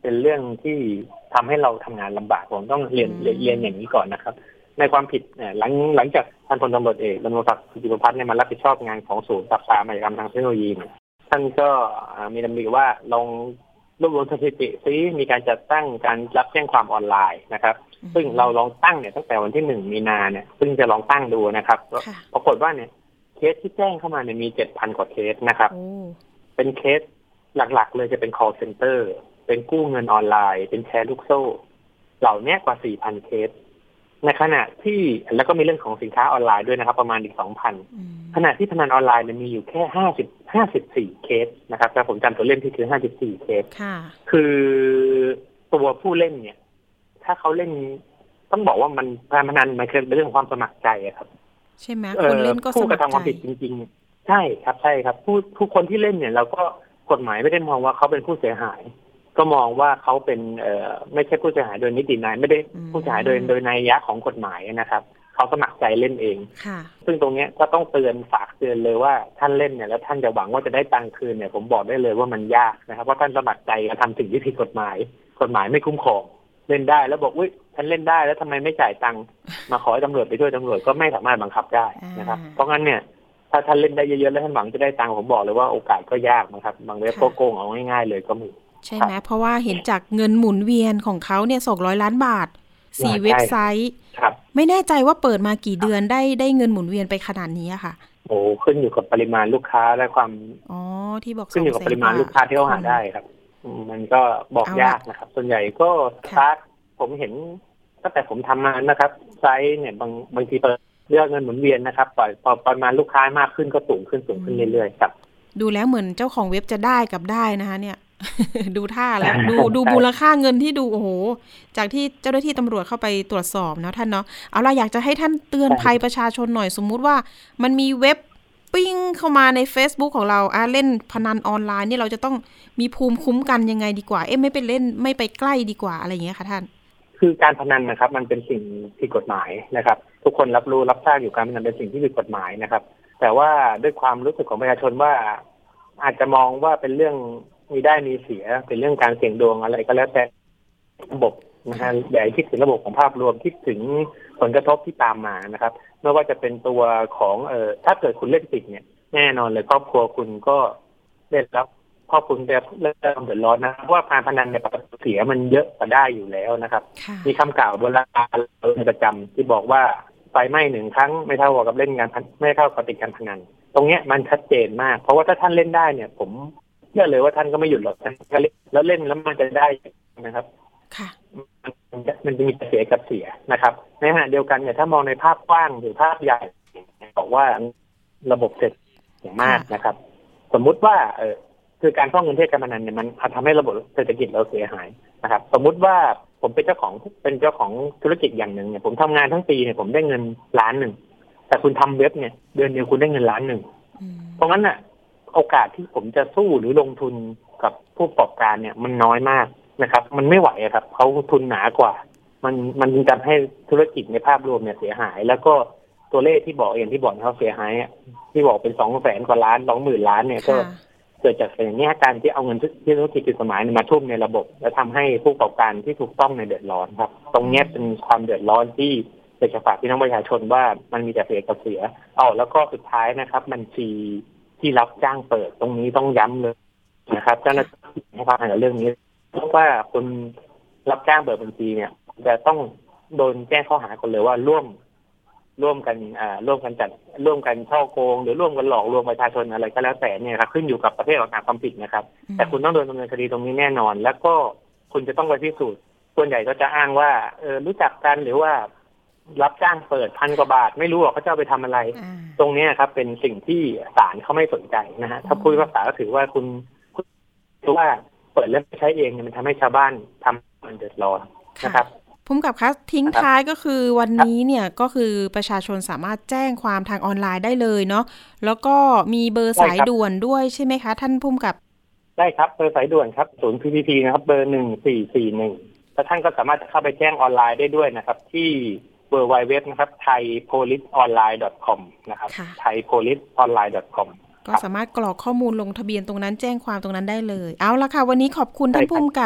เป็นเรื่องที่ทำให้เราทำงานลำบากผมต้องเรียนเรียนอย่างนี้ก่อนนะครับในความผิดเนี่ยหลังหลังจากท่านพลตำรวจเอกดำรงศักดิ์กิติประภัสเนี่ยมารับผิดชอบงานของศูนย์ปราบปรามอาชญากรรมทางเทคโนโลยีเนี่ยท่านก็มีดำริว่าลองรวบรวมสถิติซิมีการจัดตั้งการรับแจ้งความออนไลน์นะครับซึ่งเราลองตั้งเนี่ยตั้งแต่วันที่หนึ่งมีนาเนี่ยซึ่งจะลองตั้งดูนะครับปรากฏว่าเนี่ยเคสที่แจ้งเข้ามาเนี่ยมีเจ็ดพันกว่าเคสนะครับเป็นเคสหลักๆเลยจะเป็น call center เป็นกู้เงินออนไลน์เป็นแชร์ลูกโซ่เหล่านี้กว่า สี่พัน เคสในขณะที่แล้วก็มีเรื่องของสินค้าออนไลน์ด้วยนะครับประมาณอีก สองพัน ขณะที่พนันออนไลน์เนี่ยมีอยู่แค่ห้าสิบ ห้าสิบสี่เคสนะครับถ้าผมจำตัวเล่นที่คือห้าสิบสี่เคสคือตัวผู้เล่นเนี่ยถ้าเขาเล่นต้องบอกว่ามันการพนันมันเป็นเรื่องของความสมัครใจครับใช่ไหมคนเล่นก็สมัครใจผู้กระทำความผิดจริงๆใช่ครับใช่ครับผู้ผู้คนที่เล่นเนี่ยเราก็กฎหมายไม่ได้มองว่าเขาเป็นผู้เสียหายก็มองว่าเขาเป็นเอ่อไม่ใช่ผู้เสียหายโดยนิตินัยไม่ได้ผู้เสียหายโดยโดยนัยยะของกฎหมายนะครับเขาสมัครใจเล่นเองซึ่งตรงนี้ก็ต้องเตือนฝากเตือนเลยว่าท่านเล่นเนี่ยแล้วท่านจะหวังว่าจะได้ตังค์คืนเนี่ยผมบอกได้เลยว่ามันยากนะครับเพราะท่านสมัครใจกระทำสิ่งที่ผิดกฎหมายกฎหมายไม่คุ้มครองเล่นได้แล้วบอกอุ้ยฉันเล่นได้แล้วทำไมไม่จ่ายตังค์มาขอให้ตำรวจไปช่วยตำรวจก็ไม่สามารถบังคับได้นะครับเพราะงั้นเนี่ยถ้าท่านเล่นได้เยอะๆแล้วท่านหวังจะได้ตังค์ผมบอกเลยว่าโอกาสก็ยากนะครับบางเว็บก็โกงเอาง่ายๆเลยก็มีใช่ไหมเพราะว่าเห็นจากเงินหมุนเวียนของเขาเนี่ยสองร้อยล้านบาทสี่เว็บไซต์ไม่แน่ใจว่าเปิดมากี่เดือนได้ได้เงินหมุนเวียนไปขนาดนี้ค่ะโอ้ขึ้นอยู่กับปริมาณลูกค้าและความอ๋อที่บอกขึ้นอยู่กับปริมาณลูกค้าที่เขาหาได้ครับมันก็บอกยากนะครับส่วนใหญ่ก็สตาร์ทผมเห็นตั้งแต่ผมทำมานะครับไซต์เนี่ยบางบางทีเปิดเรื่องเงินหมุนเวียนนะครับปล่อยพอปริมาณลูกค้ามากขึ้นก็สูงขึ้นสูงขึ้นเรื่อยๆครับดูแล้วเหมือนเจ้าของเว็บจะได้กับได้นะคะเนี่ยดูท่าแล้วดูดูมูลค่าเงินที่ดูโอ้โหจากที่เจ้าหน้าที่ตำรวจเข้าไปตรวจสอบเนาะท่านเนาะเอาล่ะอยากจะให้ท่านเตือนภัยประชาชนหน่อยสมมุติว่ามันมีเว็บปิ้งเข้ามาใน Facebook ของเราอ่ะเล่นพนันออนไลน์นี่เราจะต้องมีภูมิคุ้มกันยังไงดีกว่าเอ๊ะไม่ไปเล่นไม่ไปใกล้ดีกว่าอะไรอย่างเงี้ยค่ะท่านคือการพนันนะครับมันเป็นสิ่งผิดกฎหมายนะครับทุกคนรับรู้รับทราบอยู่การพนันเป็นสิ่งที่ผิดกฎหมายนะครับแต่ว่าด้วยความรู้สึกของประชาชนว่าอาจจะมองว่าเป็นเรื่องมีได้มีเสียเป็นเรื่องการเสี่ยงดวงอะไรก็แล้วแต่ระบบนะฮะใหญ่คิดถึงระบบของภาพรวมคิดถึงผลกระทบที่ตามมานะครับไม่ว่าจะเป็นตัวของเอ่อถ้าเกิดคุณเล่นติดเนี่ยแน่นอนเลยครอบครัวคุณก็ได้รับครอบครัวจะเริ่มเดือดร้อนนะเพราะว่าการพนันเนี่ยเสียมันเยอะกว่าได้อยู่แล้วนะครับมีคำกล่าวโบราณประจำที่บอกว่าไฟไหม้หนึ่งครั้งไม่เท่ากับเล่นการไม่เท่ากับติดการพนันตรงเนี้ยมันชัดเจนมากเพราะว่าถ้าท่านเล่นได้เนี่ยผมเชื่อเลยว่าท่านก็ไม่หยุดหรอกท่านก็เล่นแล้วเล่นแล้วมันจะได้นะครับค่ะมันจะมันจะมีเสียกับเสียนะครับในขณะเดียวกันเนี่ยถ้ามองในภาพกว้างหรือภาพใหญ่บอกว่าระบบเสร็จอย่างมากนะครับสมมุติว่าเออคือการฟ้องเงินเทศการพนันเนี่ยมันทำให้ระบบเศรษฐกิจเราเสียหายนะครับสมมุติว่าผมเป็นเจ้าของเป็นเจ้าของธุรกิจอย่างหนึ่งเนี่ยผมทำงานทั้งปีเนี่ยผมได้เงินล้านหนึ่งแต่คุณทำเว็บเนี่ยเดือนเดียวคุณได้เงินล้านหนึ่งเพราะงั้นน่ะโอกาสที่ผมจะสู้หรือลงทุนกับผู้ประกอบการเนี่ยมันน้อยมากนะครับมันไม่ไหวครับเขาทุนหนากว่ามันมันทำให้ธุรกิจในภาพรวมเนี่ยเสียหายแล้วก็ตัวเลขที่บอกเองที่บอกเขาเสียหายที่บอกเป็นสองแสนกว่าล้านสองหมื่นล้านเนี่ยก็เกิดจากอย่างนี้การที่เอาเงินที่ธุรกิจผิดกฎหมายมาทุ่มในระบบและทำให้ผู้ประกอบการที่ถูกต้องในเดือดร้อนครับตรงนี้เป็นความเดือดร้อนที่อยากจะฝากพี่น้องประชาชนว่ามันมีแต่เสียกับเสียเอาแล้วก็สุดท้ายนะครับบัญชีที่รับจ้างเปิดตรงนี้ต้องย้ำเลยนะครับเจ้าหน้าที่ให้ความสำคัญกับเรื่องนี้เพราะว่าคนรับจ้างเปิดบัญชีเนี่ยจะต้องโดนแจ้งข้อหาคนเลยว่าร่วมร่วมกันอ่าร่วมกันจัดร่วมกันช่อโกงหรือร่วมกันหลอกลวงประชาชนอะไรก็แล้วแต่เนี่ยครับขึ้นอยู่กับประเภทของการความผิดนะครับแต่คุณต้องโดนดำเนินคดีตรงนี้แน่นอนแล้วก็คุณจะต้องไปพิสูจน์ส่วนใหญ่ก็จะอ้างว่าเออรู้จักกันหรือว่ารับจ้างเปิดพันกว่าบาทไม่รู้หรอกเขาจะเอาไปทำอะไรตรงนี้ครับเป็นสิ่งที่ศาลเขาไม่สนใจนะฮะถ้าพูดภาษาก็ถือว่าคุณถือว่าเปิดแล้วใช้เองมันทำให้ชาวบ้านทำมันเดือดร้อนนะครับผมกับคัสทิ้งท้ายก็คือวันนี้เนี่ยก็คือประชาชนสามารถแจ้งความทางออนไลน์ได้เลยเนาะแล้วก็มีเบอร์สายด่วนด้วยใช่ไหมคะท่านผู้กำกับได้ครับเบอร์สายด่วนครับศูนย์ พี พี พี นะครับเบอร์หนึ่งสี่สี่หนึ่งแล้วท่านก็สามารถจะเข้าไปแจ้งออนไลน์ได้ด้วยนะครับที่เบอร์ ดับเบิลยู ดับเบิลยู ดับเบิลยู นะครับ ไทยโพลิสออนไลน์ ดอท คอม นะครับ ไทยโพลิสออนไลน์ ดอท คอมก็สามารถกรอกข้อมูลลงทะเบียนตรงนั้นแจ้งความตรงนั้นได้เลยเอาละค่ะวันนี้ขอบคุณท่านผู้กำกับ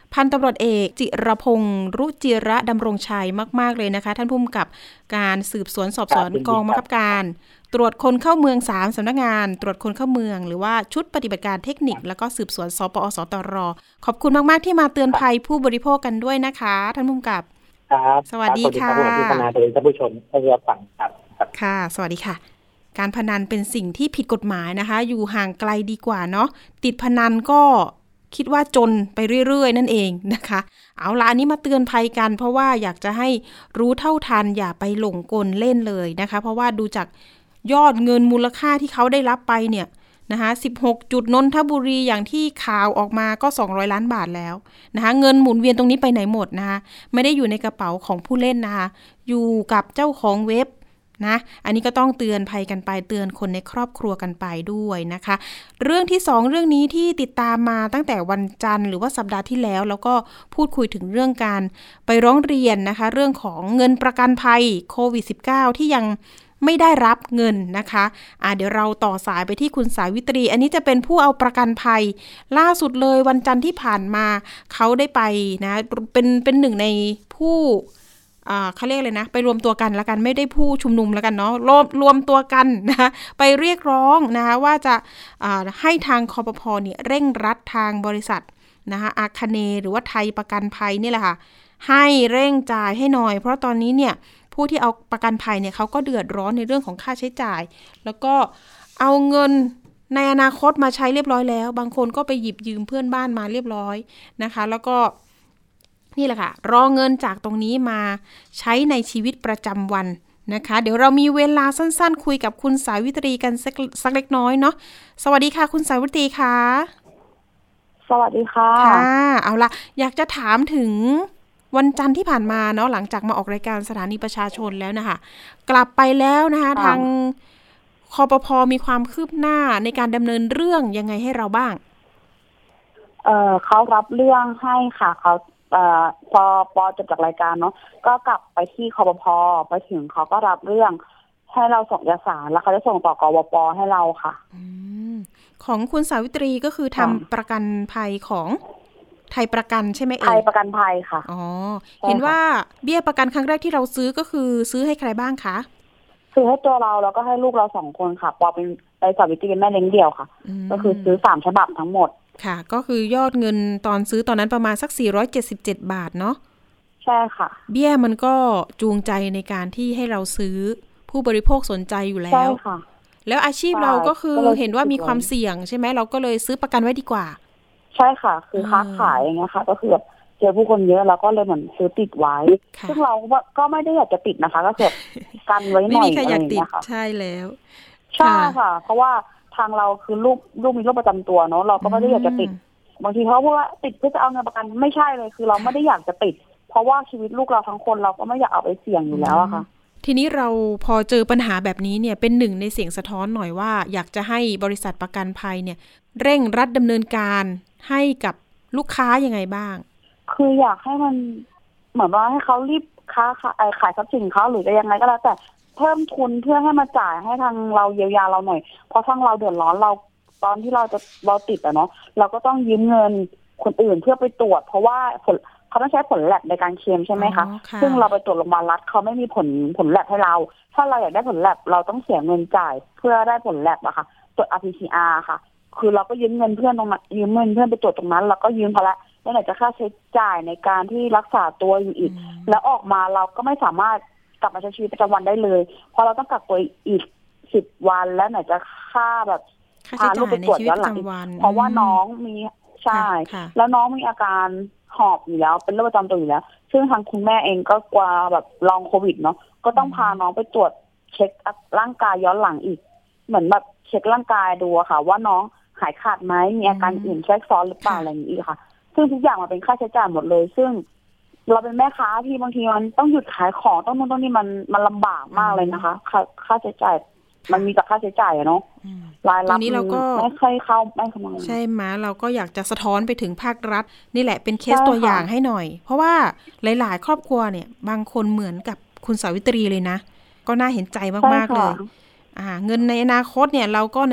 พันตำรวจเอกจิรพงษ์รุจิระดำรงชัยมากๆเลยนะคะท่านผู้กำกับการสืบสวนสอบสวนกองบังคับการตรวจคนเข้าเมืองสามสำนักงานตรวจคนเข้าเมืองหรือว่าชุดปฏิบัติการเทคนิคแล้วก็สืบสวนสปอสตรขอบคุณมากๆที่มาเตือนภัยผู้บริโภคกันด้วยนะคะท่านผู้กำกับครับสวัสดีค่ะสวัสดีครับท่านผู้ชมท่านผู้ฟังครับค่ะสวัสดีค่ะการพนันเป็นสิ่งที่ผิดกฎหมายนะคะอยู่ห่างไกลดีกว่าเนาะติดพนันก็คิดว่าจนไปเรื่อยๆนั่นเองนะคะเอาล่ะอันนี้มาเตือนภัยกันเพราะว่าอยากจะให้รู้เท่าทันอย่าไปหลงกลเล่นเลยนะคะเพราะว่าดูจากยอดเงินมูลค่าที่เขาได้รับไปเนี่ยนะคะสิบหกจุดนนทบุรีอย่างที่ข่าวออกมาก็สองร้อยล้านบาทแล้วนะคะเงินหมุนเวียนตรงนี้ไปไหนหมดนะคะไม่ได้อยู่ในกระเป๋าของผู้เล่นนะคะอยู่กับเจ้าของเว็บนะอันนี้ก็ต้องเตือนภัยกันไปเตือนคนในครอบครัวกันไปด้วยนะคะเรื่องที่สองเรื่องนี้ที่ติดตามมาตั้งแต่วันจันทร์หรือว่าสัปดาห์ที่แล้วแล้วก็พูดคุยถึงเรื่องการไปร้องเรียนนะคะเรื่องของเงินประกันภัยโควิด สิบเก้า ที่ยังไม่ได้รับเงินนะคะอ่าเดี๋ยวเราต่อสายไปที่คุณสาวิตรีอันนี้จะเป็นผู้เอาประกันภัยล่าสุดเลยวันจันทร์ที่ผ่านมาเขาได้ไปนะเป็นเป็นหนึ่งในผู้อ่าเขาเรียกเลยนะไปรวมตัวกันละกันไม่ได้ผู้ชุมนุมละกันเนาะรวมรวมตัวกันนะคะไปเรียกร้องนะคะว่าจะอ่าให้ทางคปภ.เนี่ยเร่งรัดทางบริษัทนะคะอาคเนย์หรือว่าไทยประกันภัยนี่แหละค่ะให้เร่งจ่ายให้หน่อยเพราะตอนนี้เนี่ยผู้ที่เอาประกันภัยเนี่ยเขาก็เดือดร้อนในเรื่องของค่าใช้จ่ายแล้วก็เอาเงินในอนาคตมาใช้เรียบร้อยแล้วบางคนก็ไปหยิบยืมเพื่อนบ้านมาเรียบร้อยนะคะแล้วก็นี่แหละค่ะรอเงินจากตรงนี้มาใช้ในชีวิตประจำวันนะคะเดี๋ยวเรามีเวลาสั้นๆคุยกับคุณสาวิตรีกันสักสักเล็กน้อยเนาะสวัสดีค่ะคุณสาวิตรีค่ะสวัสดีค่ะค่ะเอาล่ะอยากจะถามถึงวันจันทร์ที่ผ่านมาเนาะหลังจากมาออกรายการสถานีประชาชนแล้วนะคะกลับไปแล้วนะคะทางคปภ.มีความคืบหน้าในการดำเนินเรื่องยังไงให้เราบ้างเอ่อเขารับเรื่องให้ค่ะเขาเอ่อพอปอจบจากรายการเนาะก็กลับไปที่คปภ.ไปถึงเขาก็รับเรื่องให้เราส่งเอกสารแล้วเขาจะส่งต่อกวป.ให้เราค่ะอืมของคุณสาวิตรีก็คือทำประกันภัยของไทยประกันใช่ไหมเอ่ยไทยประกันภัยค่ะอ๋อเห็นว่าเบี้ยประกันครั้งแรกที่เราซื้อก็คือซื้อให้ใครบ้างคะซื้อให้ตัวเราแล้วก็ให้ลูกเราสองคนค่ะปอเป็นไทยสาวิตรีเป็นแม่เลี้ยงเดี่ยวค่ะก็คือซื้อสามฉบับทั้งหมดค่ะก็คือยอดเงินตอนซื้อตอนนั้นประมาณสักสี่ร้อยเจ็ดสิบเจ็ดบาทเนาะใช่ค่ะเบี้ยมันก็จูงใจในการที่ให้เราซื้อผู้บริโภคสนใจอยู่แล้วใช่ค่ะแล้วอาชีพเราก็คือเห็นว่ามีความเสี่ยงใช่ไหมเราก็เลยซื้อประกันไว้ดีกว่าใช่ค่ะคือค้าขายอย่างเงี้ยค่ะก็คือแบบเจอผู้คนเยอะเราก็เลยเหมือนซื้อติดไว้ซึ่งเราก็ไม่ได้อยากจะติดนะคะก็คือกันไว้หน่อยอะไรอย่างเงี้ยค่ะใช่แล้วใช่ค่ะเพราะว่าทางเราคือลูกลูกมีโรคประจำตัวเนาะเราก็ไม่ได้อยากจะติดบางทีเขาพูดว่าติดเพื่อจะเอาเงินประกันไม่ใช่เลยคือเราไม่ได้อยากจะติดเพราะว่าชีวิตลูกเราทั้งคนเราก็ไม่อยากเอาไปเสี่ยงอยู่แล้วอะค่ะทีนี้เราพอเจอปัญหาแบบนี้เนี่ยเป็นหนึ่งในเสียงสะท้อนหน่อยว่าอยากจะให้บริษัทประกันภัยเนี่ยเร่งรัดดำเนินการให้กับลูกค้ายังไงบ้างคืออยากให้มันเหมือนว่าให้เขารีบค้าขายทรัพย์สินเขาหรือจะยังไงก็แล้วแต่เพิ่มทุนเพื่อให้มาจ่ายให้ทางเราเยียวยาเราหน่อยเพราะทางเราเดือดร้อนเราตอนที่เราจะเราติดอะเนาะเราก็ต้องยืมเงินคนอื่นเพื่อไปตรวจเพราะว่าผลเขาต้องใช้ผลแลบในการเคลมใช่ไหมคะซึ่งเราไปตรวจโรงพยาบาลรัฐเขาไม่มีผลผลแลบให้เราถ้าเราอยากได้ผลแลบเราต้องเสียเงินจ่ายเพื่อได้ผลแลบอะค่ะตรวจ อาร์ ที พี ซี อาร์ ค่ะคือเราก็ยืมเงินเพื่อนตรงนั้นยืมเงินเพื่อนไปตรวจตรงนั้นเราก็ยืมเขาละแล้วไหนจะค่าใช้จ่ายในการที่รักษาตัวอยู่อีกแล้วออกมาเราก็ไม่สามารถกลับมาใช้ชีวิตประจำวันได้เลยเพราะเราต้องกักตัวอีกสิบวันแล้วไหนจะค่าแบบพาลูกไปตรวจย้อนหลังเพราะว่าน้องมีใช่แล้วน้องมีอาการหอบอยู่แล้วเป็นโรคประจำตัวอยู่แล้วซึ่งทางคุณแม่เองก็กลัวแบบลองโควิดเนาะก็ต้องพาน้องไปตรวจเช็คร่างกายย้อนหลังอีกเหมือนแบบเช็คร่างกายดูอะค่ะว่าน้องหายขาดไหมมีอาการอื่นแทรกซ้อนหรือเปล่าอะไรอย่างนี้ค่ะซึ่งทุกอย่างมันเป็นค่าใช้จ่ายหมดเลยซึ่งเราเป็นแม่ค้าที่บางทีมันต้องหยุดขายของต้องนู่นต้องนี่มันมันลำบากมากเลยนะคะค่าค่าใช้จ่ายมันมีแต่ค่าใช้จ่ายอะเนาะรายรับนี้เราก็ไม่ค่อยเข้าไม่เข้ามาใช่ไหมเราก็อยากจะสะท้อนไปถึงภาครัฐนี่แหละเป็นเคสตัวอย่างให้หน่อยเพราะว่าหลายๆครอบครัวเนี่ยบางคนเหมือนกับคุณสาวิตรีเลยนะก็น่าเห็นใจมากๆเลยอ่าเงินในอนาคตเนี่ยเราก็นั่นแหละ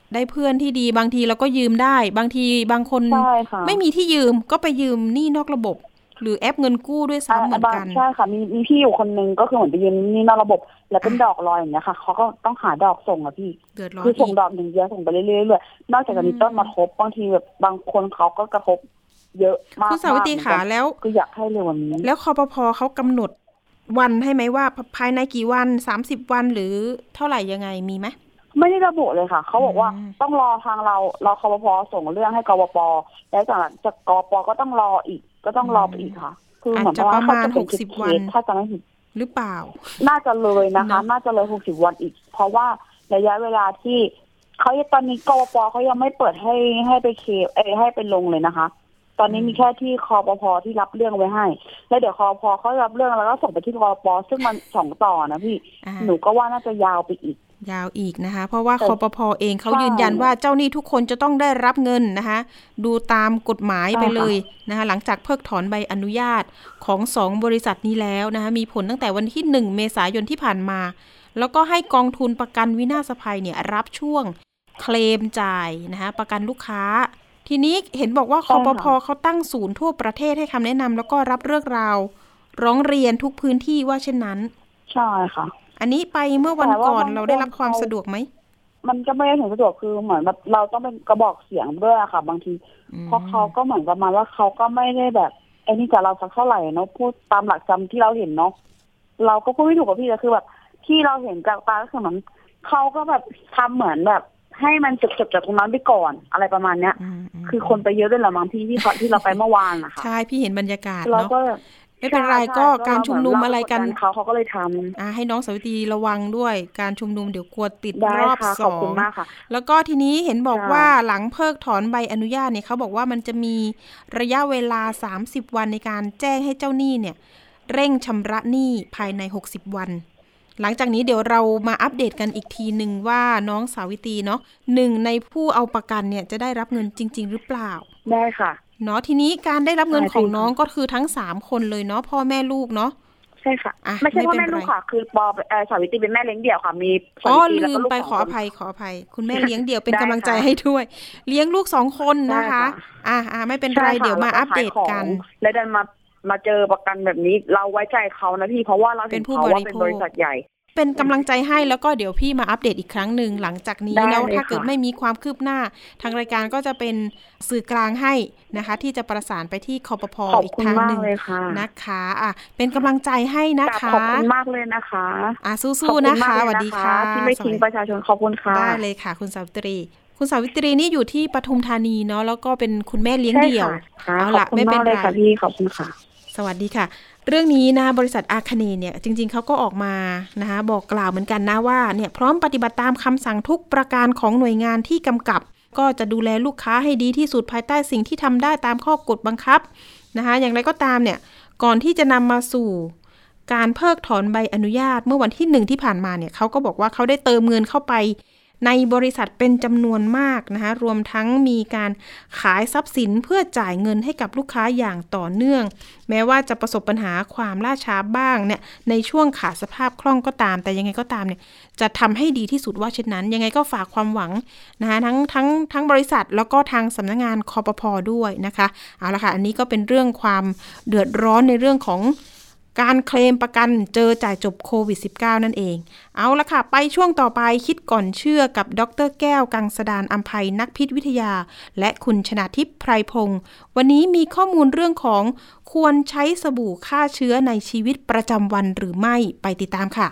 ได้เพื่อนที่ดีบางทีเราก็ยืมได้บางทีบางคนไม่มีที่ยืมก็ไปยืมหนี้นอกระบบหรือแอปเงินกู้ด้วยซ้ำเหมือนกันใช่ค่ะมีมีพี่อยู่คนนึงก็คือเหมือนไปยืมหนี้นอกระบบแล้วเป็นดอกลอยอย่างเงี้ยค่ะเขาก็ต้องหาดอกส่งอะพี่คือส่งดอกหนึ่งเยอะส่งไปเรื่อยๆเลยนอกจากนี้ต้นมาทบบางทีแบบบางคนเขาก็กระทบเยอะมากคุณสาวิตรีขาแล้วคืออยากให้เร็ววันนี้แล้วคปภ.เขากำหนดวันให้ไหมว่าภายในกี่วันสามสิบวันหรือเท่าไหร่ยังไงมีไหมไม่ได้ระบุเลยค่ะเขาบอกว่าต้องรอทางเรารอคปภ.ส่งเรื่องให้กปป.แล้วจากจากกปป.ก็ต้องรออีกก็ต้องรอไปอีกค่ะคือเหมือนว่าเขาจะเป็นสิบวันถ้าจะไม่ผิดหรือเปล่าน่าจะเลยนะคะน่าจะเลยหกสิบวันอีกเพราะว่าระยะเวลาที่เขาตอนนี้กปป.เขายังไม่เปิดให้ให้ไปเคเอให้ไปลงเลยนะคะตอนนี้มีแค่ที่คปภ.ที่รับเรื่องไว้ให้แล้วเดี๋ยวคปภ.เขารับเรื่องแล้วก็ส่งไปที่กปป.ซึ่งมันสองต่อนะพี่หนูก็ว่าน่าจะยาวไปอีกยาวอีกนะคะเพราะว่าคปภ.เองเขายืนยันว่าเจ้าหนี้ทุกคนจะต้องได้รับเงินนะคะดูตามกฎหมายไปเลยนะคะหลังจากเพิกถอนใบอนุญาตของสองบริษัทนี้แล้วนะคะมีผลตั้งแต่วันที่หนึ่งเมษายนที่ผ่านมาแล้วก็ให้กองทุนประกันวินาศภัยเนี่ยรับช่วงเคลมจ่ายนะคะประกันลูกค้าทีนี้เห็นบอกว่าคปภ.เขาตั้งศูนย์ทั่วประเทศให้คำแนะนำแล้วก็รับเรื่องราวร้องเรียนทุกพื้นที่ว่าเช่นนั้นใช่ค่ะอันนี้ไปเมื่อวันก่อนเราได้รับความสะดวกไหมมันก็ไม่ได้ถึงสะดวกคือเหมือนแบบเราต้องเป็นกระบอกเสียงด้วยค่ะบางทีเพราะเขาก็เหมือนประมาณว่าเขาก็ไม่ได้แบบไอ้นี่กับเราสักเท่าไหร่เนาะพูดตามหลักจำที่เราเห็นเนาะเราก็พูดไม่ถูกกับพี่แต่คือแบบที่เราเห็นจากตาก็คือเหมือนเขาก็แบบทำเหมือนแบบให้มันจบจบจากตรงนั้นไปก่อนอะไรประมาณเนี้ยคือคนไปเยอะด้วยแหละบางที่ที่ที่เราไปเมื่อวานนะคะใช่พี่เห็นบรรยากาศเนาะไม่เป็นไรก็การชุมนุมอะไรกันเขาเขาก็เลยทำอ่าให้น้องสาวิตรีระวังด้วยการชุมนุมเดี๋ยวกลัวติดรอบสองแล้วก็ทีนี้เห็นบอกว่าหลังเพิกถอนใบอนุญาตเนี่ยเขาบอกว่ามันจะมีระยะเวลาสามสิบวันในการแจ้งให้เจ้าหนี้เนี่ยเร่งชำระหนี้ภายในหกสิบวันหลังจากนี้เดี๋ยวเรามาอัปเดตกันอีกทีนึงว่าน้องสาวิตรีเนาะหนึ่งในผู้เอาประกันเนี่ยจะได้รับเงินจริงๆหรือเปล่าได้ค่ะเนาะทีนี้การได้รับเงินของน้องก็คือทั้งสามคนเลยเนาะพ่อแม่ลูกเนาะใช่ค่ะไม่ใช่พ่อแม่ลูกค่ะคือปอสาวิตรีเป็นแม่เลี้ยงเดี่ยวค่ะมีอ๋อลืมไปขออภัยขออภัยคุณแม่เลี้ยงเดี่ยวเป็นกำลังใจให้ด้วยเลี้ยงลูกสองคนนะคะอ่าอ่าไม่เป็นไรเดี๋ยวมาอัปเดตกันแล้วดันมามาเจอประกันแบบนี้เราไว้ใจเขานะพี่เพราะว่าเราเห็นเขาว่าเป็นบริษัทใหญ่เป็นกำลังใจให้แล้วก็เดี๋ยวพี่มาอัปเดตอีกครั้งหนึ่งหลังจากนี้แล้วถ้าเกิดไม่มีความคืบหน้าทางรายการก็จะเป็นสื่อกลางให้นะคะที่จะประสานไปที่คปภ.อีกทางหนึ่งนะคะอ่ะเป็นกำลังใจให้นะคะขอบคุณมากเลยนะคะอ่ะสู้ๆนะคะสวัสดีค่ะที่ไม่ทิ้งประชาชนขอบคุณค่ะได้เลยค่ะคุณสาวิตรีคุณสาวิตรีนี่อยู่ที่ปทุมธานีเนาะแล้วก็เป็นคุณแม่เลี้ยงเดี่ยวเอาล่ะไม่เป็นไรค่ะพี่ขอบคุณค่ะสวัสดีค่ะเรื่องนี้นะบริษัทอาคเนย์เนี่ยจริงๆเขาก็ออกมานะคะบอกกล่าวเหมือนกันนะว่าเนี่ยพร้อมปฏิบัติตามคำสั่งทุกประการของหน่วยงานที่กำกับก็จะดูแลลูกค้าให้ดีที่สุดภายใต้สิ่งที่ทำได้ตามข้อกฎบังคับนะคะอย่างไรก็ตามเนี่ยก่อนที่จะนำมาสู่การเพิกถอนใบอนุญาตเมื่อวันที่หนึ่งที่ผ่านมาเนี่ยเขาก็บอกว่าเขาได้เติมเงินเข้าไปในบริษัทเป็นจำนวนมากนะคะรวมทั้งมีการขายทรัพย์สินเพื่อจ่ายเงินให้กับลูกค้าอย่างต่อเนื่องแม้ว่าจะประสบปัญหาความล่าช้าบ้างเนี่ยในช่วงขาดสภาพคล่องก็ตามแต่ยังไงก็ตามเนี่ยจะทำให้ดีที่สุดว่าเช่นนั้นยังไงก็ฝากความหวังนะคะทั้งทั้งทั้งบริษัทแล้วก็ทางสำนักงานคปภ.ด้วยนะคะเอาละค่ะอันนี้ก็เป็นเรื่องความเดือดร้อนในเรื่องของการเคลมประกันเจอจ่ายจบโควิด สิบเก้า นั่นเองเอาละค่ะไปช่วงต่อไปคิดก่อนเชื่อกับดร.แก้วกังสดาลอำไพนักพิษวิทยาและคุณชนาทิพย์ไพรพงศ์วันนี้มีข้อมูลเรื่องของควรใช้สบู่ฆ่าเชื้อในชีวิตประจำวันหรือไม่ไปติดตามค่ะ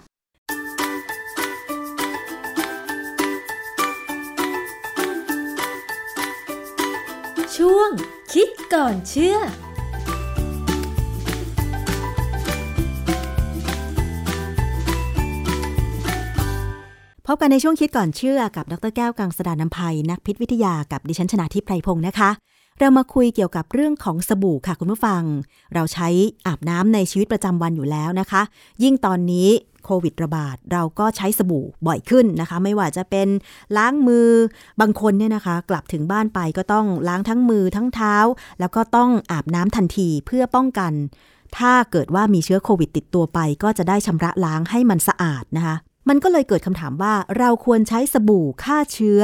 ช่วงคิดก่อนเชื่อพบกันในช่วงคิดก่อนเชื่อกับดร.แก้วกังสดาลอำไพนักพิษวิทยากับดิฉันชนาทิพย์ไพรพงศ์นะคะเรามาคุยเกี่ยวกับเรื่องของสบู่ค่ะคุณผู้ฟังเราใช้อาบน้ำในชีวิตประจำวันอยู่แล้วนะคะยิ่งตอนนี้โควิดระบาดเราก็ใช้สบู่บ่อยขึ้นนะคะไม่ว่าจะเป็นล้างมือบางคนเนี่ยนะคะกลับถึงบ้านไปก็ต้องล้างทั้งมือทั้งเท้าแล้วก็ต้องอาบน้ำทันทีเพื่อป้องกันถ้าเกิดว่ามีเชื้อโควิดติดตัวไปก็จะได้ชำระล้างให้มันสะอาดนะคะมันก็เลยเกิดคำถามว่าเราควรใช้สบู่ฆ่าเชื้อ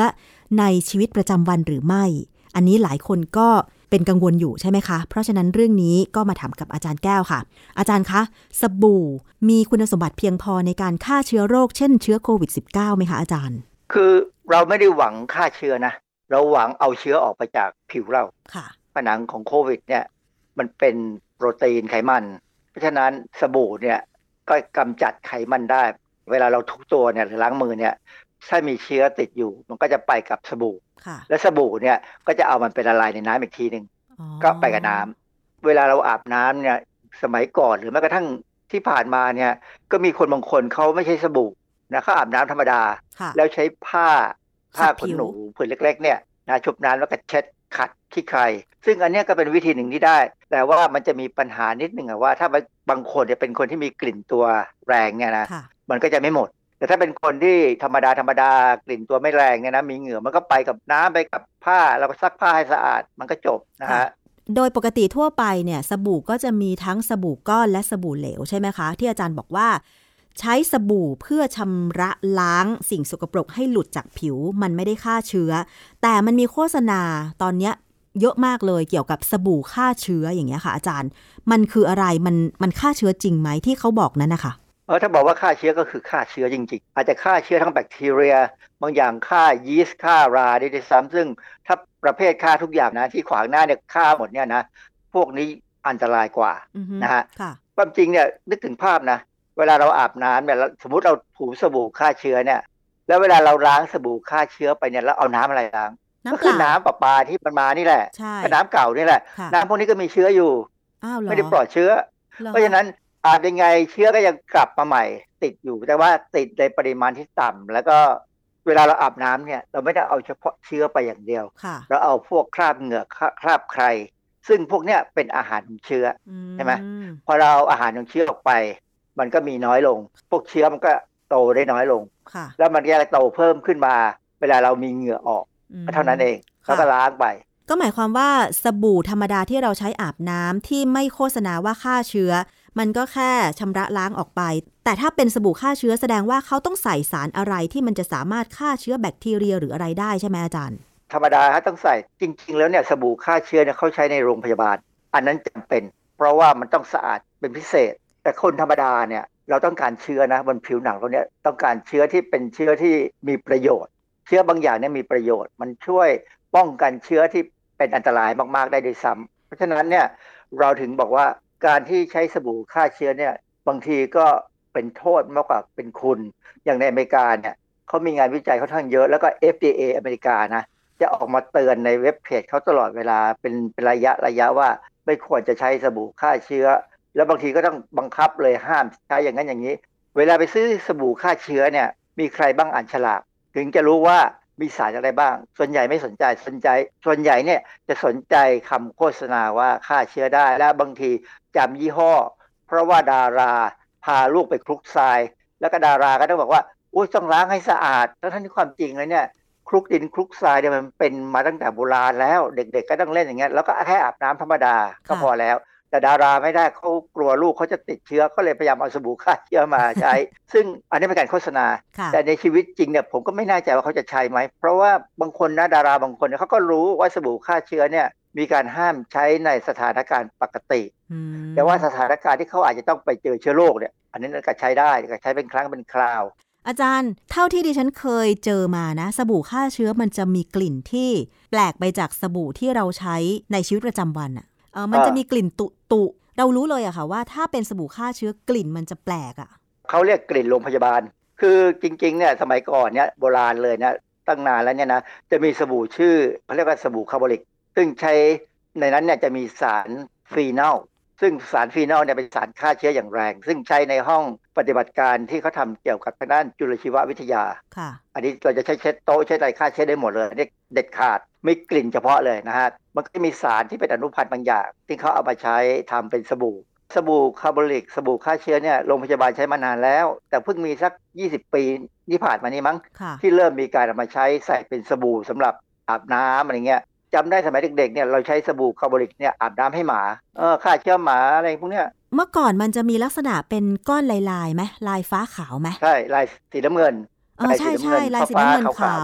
ในชีวิตประจำวันหรือไม่อันนี้หลายคนก็เป็นกังวลอยู่ใช่ไหมคะเพราะฉะนั้นเรื่องนี้ก็มาถามกับอาจารย์แก้วค่ะอาจารย์คะสบู่มีคุณสมบัติเพียงพอในการฆ่าเชื้อโรคเช่นเชื้อโควิด สิบเก้า ไหมคะอาจารย์คือเราไม่ได้หวังฆ่าเชื้อนะเราหวังเอาเชื้อออกไปจากผิวเราค่ะผนังของโควิดเนี่ยมันเป็นโปรตีนไขมันเพราะฉะนั้นสบู่เนี่ยก็กำจัดไขมันได้เวลาเราทุบตัวเนี่ยหรือล้างมือเนี่ยถ้ามีเชื้อติดอยู่มันก็จะไปกับสบู่และสบู่เนี่ยก็จะเอามันไปละลายในน้ำอีกทีนึงก็ไปกับน้ำเวลาเราอาบน้ำเนี่ยสมัยก่อนหรือแม้กระทั่งที่ผ่านมาเนี่ยก็มีคนบางคนเขาไม่ใช่สบู่นะเขาอาบน้ำธรรมดาแล้วใช้ผ้าผ้าขนหนูผืนเล็กๆเนี่ยนะชุบน้ำแล้วก็เช็ดขัดขี้ใครซึ่งอันนี้ก็เป็นวิธีหนึ่งที่ได้แต่ว่ามันจะมีปัญหานิดนึงอะว่าถ้าบางคนเนี่ยเป็นคนที่มีกลิ่นตัวแรงเนี่ยนะมันก็จะไม่หมดแต่ถ้าเป็นคนที่ธรรมดาธรรมดากลิ่นตัวไม่แรงเนี่ยนะมีเหงื่อมันก็ไปกับน้ำไปกับผ้าแล้วก็ซักผ้าให้สะอาดมันก็จบนะฮะโดยปกติทั่วไปเนี่ยสบู่ก็จะมีทั้งสบู่ก้อนและสบู่เหลวใช่ไหมคะที่อาจารย์บอกว่าใช้สบู่เพื่อชำระล้างสิ่งสกปรกให้หลุดจากผิวมันไม่ได้ฆ่าเชื้อแต่มันมีโฆษณาตอนนี้เยอะมากเลยเกี่ยวกับสบู่ฆ่าเชื้ออย่างเงี้ยค่ะอาจารย์มันคืออะไรมันมันฆ่าเชื้อจริงไหมที่เขาบอกนั้นนะคะเออถ้าบอกว่าฆ่าเชื้อก็คือฆ่าเชื้อจริงๆอาจจะฆ่าเชื้อทั้งแบคทีเรียบางอย่างฆ่ายีสต์ฆ่าราได้ด้วยซ้ำซึ่งถ้าประเภทฆ่าทุกอย่างนะที่ขวางหน้าเนี่ยฆ่าหมดเนี่ยนะพวกนี้อันตรายกว่า mm-hmm. นะฮะความจริงเนี่ยนึกถึงภาพนะเวลาเราอาบน้ำเนี่ยสมมติเราถูสบู่ฆ่าเชื้อเนี่ยแล้วเวลาเราล้างสบู่ฆ่าเชื้อไปเนี่ยแล้วเอาน้ำอะไรล้างก็คือน้ำประปาที่มันมานี่แหละก็น้ำเก่านี่แหละน้ำพวกนี้ก็มีเชื้ออยู่ไม่ได้ปลอดเชื้อเพราะฉะนั้นอาจยังไงเชื้อก็ยังกลับมาใหม่ติดอยู่แต่ว่าติดในปริมาณที่ต่ำแล้วก็เวลาเราอาบน้ำเนี่ยเราไม่ได้เอาเฉพาะเชื้อไปอย่างเดียวเราเอาพวกคราบเหงื่อคราบใครซึ่งพวกเนี้ยเป็นอาหารของเชื้อใช่ไหมพอเราเอาอาหารของเชื้อออกไปมันก็มีน้อยลงพวกเชื้อมันก็โตได้น้อยลงแล้วมันก็จะโตเพิ่มขึ้นมาเวลาเรามีเหงื่อออกเท่านั้นเองเขาก็ล้างไปก็หมายความว่าสบู่ธรรมดาที่เราใช้อาบน้ำที่ไม่โฆษณาว่าฆ่าเชื้อมันก็แค่ชำระล้างออกไปแต่ถ้าเป็นสบู่ฆ่าเชื้อแสดงว่าเขาต้องใส่สารอะไรที่มันจะสามารถฆ่าเชื้อแบคทีเรียหรืออะไรได้ใช่ไหมอาจารย์ธรรมดาต้องใส่จริงๆแล้วเนี่ยสบู่ฆ่าเชื้อเนี่ยเขาใช้ในโรงพยาบาลอันนั้นจำเป็นเพราะว่ามันต้องสะอาดเป็นพิเศษแต่คนธรรมดาเนี่ยเราต้องการเชื้อนะบนผิวหนังเราเนี่ยต้องการเชื้อที่เป็นเชื้อที่มีประโยชน์เชื้อบางอย่างเนี่ยมีประโยชน์มันช่วยป้องกันเชื้อที่เป็นอันตรายมากๆได้ด้วยซ้ำเพราะฉะนั้นเนี่ยเราถึงบอกว่าการที่ใช้สบู่ฆ่าเชื้อเนี่ยบางทีก็เป็นโทษมากกว่าเป็นคุณอย่างในอเมริกาเนี่ยเขามีงานวิจัยค่อนข้างเยอะแล้วก็ เอฟ ดี เอ อเมริกานะจะออกมาเตือนในเว็บเพจเขาตลอดเวลาเป็นเป็นระยะระยะว่าไม่ควรจะใช้สบู่ฆ่าเชื้อแล้วบางทีก็ต้องบังคับเลยห้ามใช้อย่างนั้นอย่างนี้เวลาไปซื้อสบู่ฆ่าเชื้อเนี่ยมีใครบ้างอ่านฉลากถึงจะรู้ว่ามีสารอะไรบ้างส่วนใหญ่ไม่สนใจสนใจส่วนใหญ่เนี่ยจะสนใจคำโฆษณาว่าฆ่าเชื้อได้และบางทีจำยี่ห้อเพราะว่าดาราพาลูกไปคลุกทรายแล้วก็ดาราก็ต้องบอกว่าอุ้ยต้องล้างให้สะอาดแล้วท่านที่ความจริงเลยเนี่ยคลุกดินคลุกทรายเนี่ยมันเป็นมาตั้งแต่โบราณแล้วเด็กๆก็ต้องเล่นอย่างเงี้ยแล้วก็แค่อาบน้ำธรรมดาก็พอแล้วแต่ดาราไม่ได้เขากลัวลูกเขาจะติดเชื้อก็เลยพยายามเอาสบู่ฆ่าเชื้อมาใช้ ซึ่งอันนี้เป็นการโฆษณาแต่ในชีวิตจริงเนี่ยผมก็ไม่แน่ใจว่าเขาจะใช้ไหมเพราะว่าบางคนนะดาราบางคนเขาก็รู้ว่าสบู่ฆ่าเชื้อเนี่ยมีการห้ามใช้ในสถานการณ์ปกติแต่ว่าสถานการณ์ที่เขาอาจจะต้องไปเจอเชื้อโรคเนี่ยอันนี้ก็ใช้ได้ก็ใช้เป็นครั้งเป็นคราวอาจารย์เท่าที่ดิฉันเคยเจอมานะสบู่ฆ่าเชื้อมันจะมีกลิ่นที่แปลกไปจากสบู่ที่เราใช้ในชีวิตประจำวันอ่ะเออมันจะมีกลิ่นตุตุเรารู้เลยอะค่ะว่าถ้าเป็นสบู่ฆ่าเชื้อกลิ่นมันจะแปลกอะเขาเรียกกลิ่นโรงพยาบาลคือจริงๆเนี่ยสมัยก่อนเนี่ยโบราณเลยนะตั้งนานแล้วเนี่ยนะจะมีสบู่ชื่อเขาเรียกว่าสบู่คาร์บอลิกซึ่งใช้ในนั้นเนี่ยจะมีสารฟีนอลซึ่งสารฟีนอลเนี่ยเป็นสารฆ่าเชื้ออย่างแรงซึ่งใช้ในห้องปฏิบัติการที่เขาทำเกี่ยวกับทางด้านจุลชีววิทยาค่ะอันนี้เราจะใช้เช็ดโต๊ะใช้อะไรฆ่าเชื้อได้หมดเลยเด็ดขาดไม่กลิ่นเฉพาะเลยนะฮะมันก็มีสารที่เป็นอนุพันธ์บางอย่างที่เขาเอามาใช้ทำเป็นสบู่สบู่คาร์บอลิกสบู่ฆ่าเชื้อเนี่ยโรงพยาบาลใช้มานานแล้วแต่เพิ่งมีสักยี่สิบปีที่ผ่านมานี้มั้งที่เริ่มมีการเอามาใช้ใส่เป็นสบู่สำหรับอาบน้ำอะไรเงี้ยจำได้สมัยเด็กๆเนี่ยเราใช้สบู่คาร์บอลิกเนี่ยอาบน้ำให้หมาเออฆ่าเชื้อหมาอะไรพวกเนี้ยเมื่อก่อนมันจะมีลักษณะเป็นก้อนลายๆไหมลายฟ้าขาวไหมใช่ลายสีน้ำเงินเออใช่ใช่ลายสีน้ำเงินขาว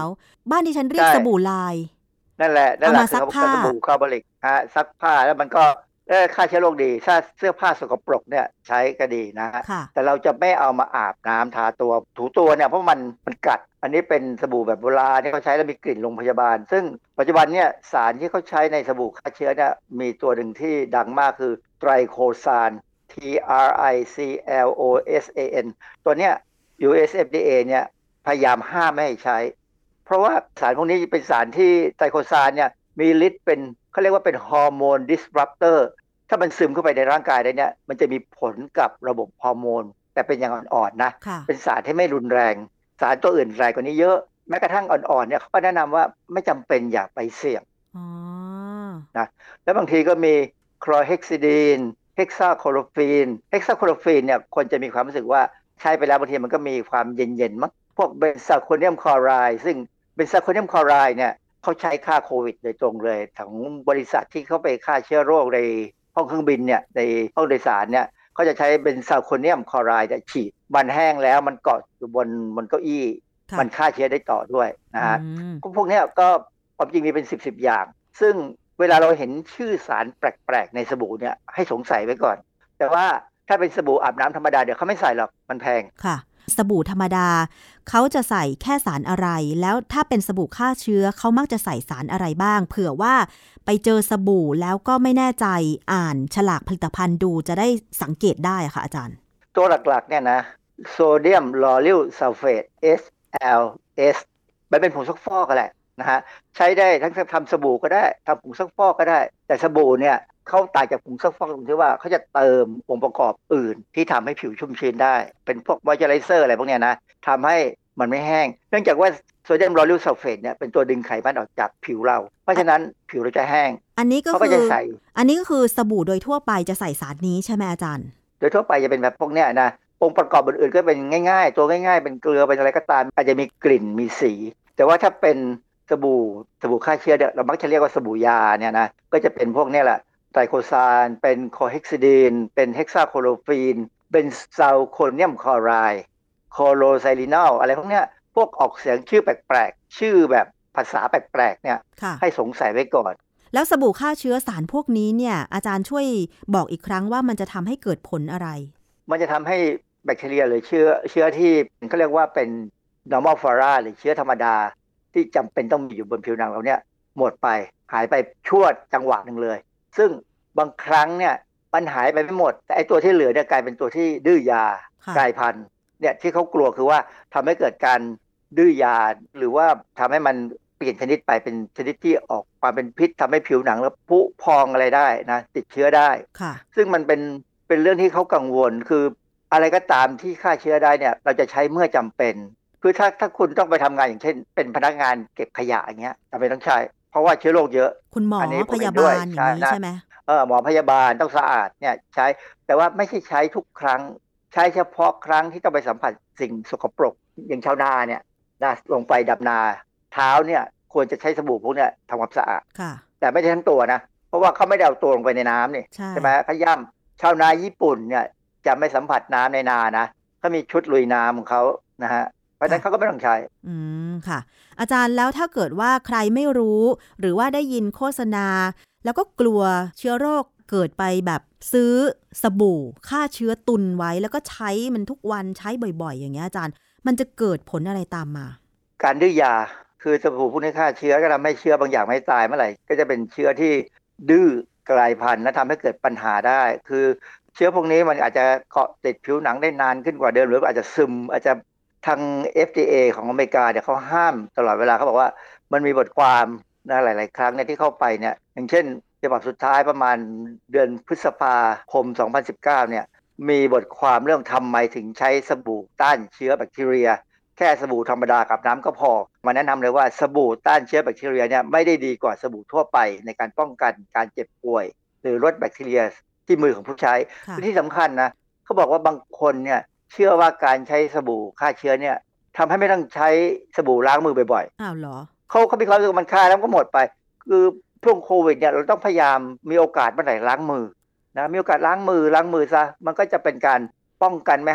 บ้านที่ฉันเรียกสบู่ลายนั่นแหละนั่นแหละคือสบู่คาร์บอนิกฮะซักผ้าแล้วมันก็ฆ่าเชื้อโรคดีถ้าเสื้อผ้าสกปรกเนี่ยใช้ก็ดีนะฮะแต่เราจะไม่เอามาอาบน้ำทาตัวถูตัวเนี่ยเพราะมันมันกัดอันนี้เป็นสบู่แบบโบราณที่เขาใช้แล้วมีกลิ่นโรงพยาบาลซึ่งปัจจุบันเนี่ยสารที่เขาใช้ในสบู่ฆ่าเชื้อเนี่ยมีตัวหนึ่งที่ดังมากคือไตรโคซาน T R I C L O S A N ตัวเนี้ย U S F D A เนี่ยพยายามห้ามไม่ให้ใช้เพราะว่าสารพวกนี้เป็นสารที่ไตรโคซานเนี่ยมีฤทธิ์เป็นเขาเรียกว่าเป็นฮอร์โมนดิสรัปเตอร์ถ้ามันซึมเข้าไปในร่างกายได้เนี่ยมันจะมีผลกับระบบฮอร์โมนแต่เป็นอย่างอ่อนๆนะเป็นสารที่ไม่รุนแรงสารตัวอื่นแรงกว่านี้เยอะแม้กระทั่งอ่อนๆเนี่ยเขาก็แนะนำว่าไม่จำเป็นอย่าไปเสี่ยงนะแล้วบางทีก็มีคลอร์เฮกซิดีนเฮกซาโคโลฟีนเฮกซาโคโลฟีนเนี่ยคนจะมีความรู้สึกว่าใช้ไปแล้วบางทีมันก็มีความเย็นๆมั้งพวกเบนซาโคเนียมคลอไรด์ซึ่งเบนซาโคเนียมคลอไรด์เนี่ยเขาใช้ฆ่าโควิดโดยตรงเลยของบริษัทที่เขาไปฆ่าเชื้อโรคในห้องเครื่องบินเนี่ยในห้องโดยสารเนี่ยเขาจะใช้เบนซาโคเนียมคลอไรด์ฉีดมันแห้งแล้วมันเกาะอยู่บนบนเก้าอี้มันฆ่าเชื้อได้ต่อด้วยนะฮะพวกนี้ก็ความจริงมีเป็นสิบสิบอย่างซึ่งเวลาเราเห็นชื่อสารแปลกๆในสบู่เนี่ยให้สงสัยไว้ก่อนแต่ว่าถ้าเป็นสบู่อาบน้ำธรรมดาเดี๋ยวเขาไม่ใส่หรอกมันแพงค่ะสบู่ธรรมดาเขาจะใส่แค่สารอะไรแล้วถ้าเป็นสบู่ฆ่าเชื้อเขามักจะใส่สารอะไรบ้างเผื่อว่าไปเจอสบู่แล้วก็ไม่แน่ใจอ่านฉลากผลิตภัณฑ์ดูจะได้สังเกตได้ค่ะอาจารย์ตัวหลักๆเนี่ยนะโซเดียมลอริลซัลเฟต เอส แอล เอส มันเป็นผงซักฟอกกันแหละนะฮะใช้ได้ทั้งทำสบู่ก็ได้ทำผงซักฟอกก็ได้แต่สบู่เนี่ยเขาต่างจากผงซักฟอกตรงที่ว่าเขาจะเติมองค์ประกอบอื่นที่ทำให้ผิวชุ่มชื้นได้เป็นพวกมอยเจอไรเซอร์อะไรพวกเนี้ยนะทำให้มันไม่แห้งเนื่องจากว่าโซเดียมลอริลซัลเฟตเนี่ยเป็นตัวดึงไขมันออกจากผิวเราเพราะฉะนั้นผิวเราจะแห้งอันนี้ก็คืออันนี้ก็คือสบู่โดยทั่วไปจะใส่สารนี้ใช่ไหมอาจารย์โดยทั่วไปจะเป็นแบบพวกเนี้ยนะองค์ประกอบอื่นๆก็เป็นง่ายๆตัวง่ายๆเป็นเกลือเป็นอะไรก็ตามอาจจะมีกลิ่นมีสีแต่ว่าถ้าเป็นสบู่สบู่ฆ่าเชื้อเนี่ยเรามักจะเรียกว่าสบู่ยาเนี่ยนะก็จะเป็นพวกนี้แหละไตรโคซานเป็นคอเฮกซิดีนเป็นเฮกซาโคโลฟีนเป็นซาลโคเนียมคลอไรด์โคโลไซลินอลอะไรพวกเนี้ยพวกออกเสียงชื่อแปลกๆชื่อแบบภาษาแปลกๆเนี่ยให้สงสัยไว้ก่อนแล้วสบู่ฆ่าเชื้อสารพวกนี้เนี่ยอาจารย์ช่วยบอกอีกครั้งว่ามันจะทำให้เกิดผลอะไรมันจะทำให้แบคทีเรียหรือเชื้อเชื้อที่เขาเรียกว่าเป็น normal flora หรือเชื้อธรรมดาที่จำเป็นต้องมีอยู่บนผิวหนังเราเนี่ยหมดไปหายไปชั่วจังหวะหนึ่งเลยซึ่งบางครั้งเนี่ยมันหายไปไม่หมดแต่ไอตัวที่เหลือเนี่ยกลายเป็นตัวที่ดื้อยากลายพันธุ์เนี่ยที่เขากลัวคือว่าทำให้เกิดการดื้อยาหรือว่าทำให้มันเปลี่ยนชนิดไปเป็นชนิดที่ออกมาเป็นพิษทำให้ผิวหนังแล้วพุพองอะไรได้นะติดเชื้อได้ซึ่งมันเป็นเป็นเรื่องที่เขากังวลคืออะไรก็ตามที่ฆ่าเชื้อได้เนี่ยเราจะใช้เมื่อจำเป็นคือถ้าถ้าคุณต้องไปทำงานอย่างเช่นเป็นพนักงานเก็บขยะอย่างเงี้ยจำเป็นต้องใช้เพราะว่าเชื้อโรคเยอะคุณหมอพยาบาลอย่างนี้ใช่ไหมเออหมอพยาบาลต้องสะอาดเนี่ยใช้แต่ว่าไม่ใช่ใช้ทุกครั้งใช้เฉพาะครั้งที่ต้องไปสัมผัสสิ่งสกปรกอย่างชาวนาเนี่ยนะลงไปดับนาเท้าเนี่ยควรจะใช้สบู่พวกเนี้ยทำความสะอาดแต่ไม่ใช่ทั้งตัวนะเพราะว่าเขาไม่ได้เอาตัวลงไปในน้ำนี่ใช่ไหมขย่ำชาวนาญี่ปุ่นเนี่ยจะไม่สัมผัสน้ำในนานะเขามีชุดลุยน้ำของเขานะฮะเพราะฉะนั้นเขาก็ไม่ต้องใช้อืมค่ะอาจารย์แล้วถ้าเกิดว่าใครไม่รู้หรือว่าได้ยินโฆษณาแล้วก็กลัวเชื้อโรคเกิดไปแบบซื้อสบู่ฆ่าเชื้อตุนไว้แล้วก็ใช้มันทุกวันใช้บ่อยๆอย่างเงี้ยอาจารย์มันจะเกิดผลอะไรตามมาการดื้อยาคือสบู่พวกนี้ฆ่าเชื้อก็ทำให้เชื้อบางอย่างไม่ตายเมื่อไหร่ก็จะเป็นเชื้อที่ดื้อกลายพันธุ์และทำให้เกิดปัญหาได้คือเชื้อพวกนี้มันอาจจะเกาะติดผิวหนังได้นานขึ้นกว่าเดิมหรืออาจจะซึมอาจจะทาง เอฟ ดี เอ ของอเมริกาเนี่ยเขาห้ามตลอดเวลาเขาบอกว่ามันมีบทความนะหลายๆครั้งเนี่ยที่เข้าไปเนี่ยอย่างเช่นฉบับสุดท้ายประมาณเดือนพฤษภาคมสองพันสิบเก้าเนี่ยมีบทความเรื่องทำไมถึงใช้สบู่ต้านเชื้อแบคทีเรียแค่สบู่ธรรมดากับน้ำก็พอมาแนะนำเลยว่าสบู่ต้านเชื้อแบคทีเรียเนี่ยไม่ได้ดีกว่าสบู่ทั่วไปในการป้องกันการเจ็บป่วยหรือลดแบคทีเรียที่มือของผู้ใช้ที่สำคัญนะเขาบอกว่าบางคนเนี่ยเชื่อว่าการใช้สบู่ฆ่าเชื้อเนี่ยทำให้ไม่ต้องใช้สบู่ล้างมือบ่อยๆอ้าวเหรอเขาเขามีความรู้สึกมันฆ่าแล้วก็หมดไปคือช่วงโควิดเนี่ยเราต้องพยายามมีโอกาสเมื่อไหร่ล้างมือนะมีโอกาสล้างมือล้างมือซะมันก็จะเป็นการป้องกันไม่ให้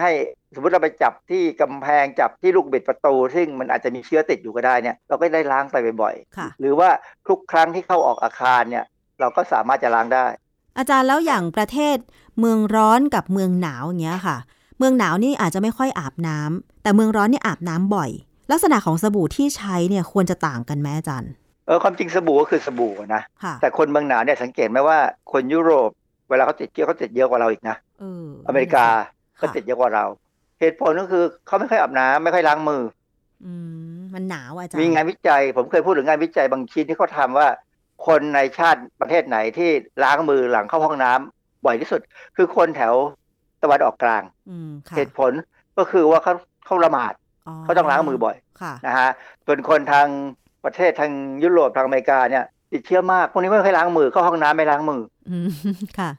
สมมติเราไปจับที่กำแพงจับที่ลูกบิดประตูซึ่งมันอาจจะมีเชื้อติดอยู่ก็ได้เนี่ยเราก็ได้ล้างไปบ่อยๆหรือว่าทุกครั้งที่เข้าออกอาคารเนี่ยเราก็สามารถจะล้างได้อาจารย์แล้วอย่างประเทศเมืองร้อนกับเมืองหนาวอย่างเงี้ยค่ะเมืองหนาวนี่อาจจะไม่ค่อยอาบน้ำแต่เมืองร้อนนี่อาบน้ำบ่อยลักษณะของสบู่ที่ใช้เนี่ยควรจะต่างกันไหมอาจารย์เออความจริงสบู่ก็คือสบู่นะแต่คนเมืองหนาวเนี่ยสังเกตไหมว่าคนยุโรปเวลาเขาติดเชื้อเขาติดเยอะกว่าเราอีกนะเอออเมริกาก็ติดเยอะกว่าเราเหตุผลก็คือเขาไม่ค่อยอาบน้ำไม่ค่อยล้างมืออืมมันหนาวอาจารย์มีงานวิจัยผมเคยพูดถึงงานวิจัยบางชิ้นที่เขาทำว่าคนในชาติประเทศไหนที่ล้างมือหลังเข้าห้องน้ำบ่อยที่สุดคือคนแถวตะวันออกกลางเหตุผลก็คือว่าเขาเขาละหมาดเขาต้องล้างมือบ่อยนะฮะส่วนคนทางประเทศทางยุโรปทางอเมริกาเนี่ยติดเชื้อมากพวกนี้ไม่เคยล้างมือเข้าห้องน้ำไม่ล้างมืออืมค่ะ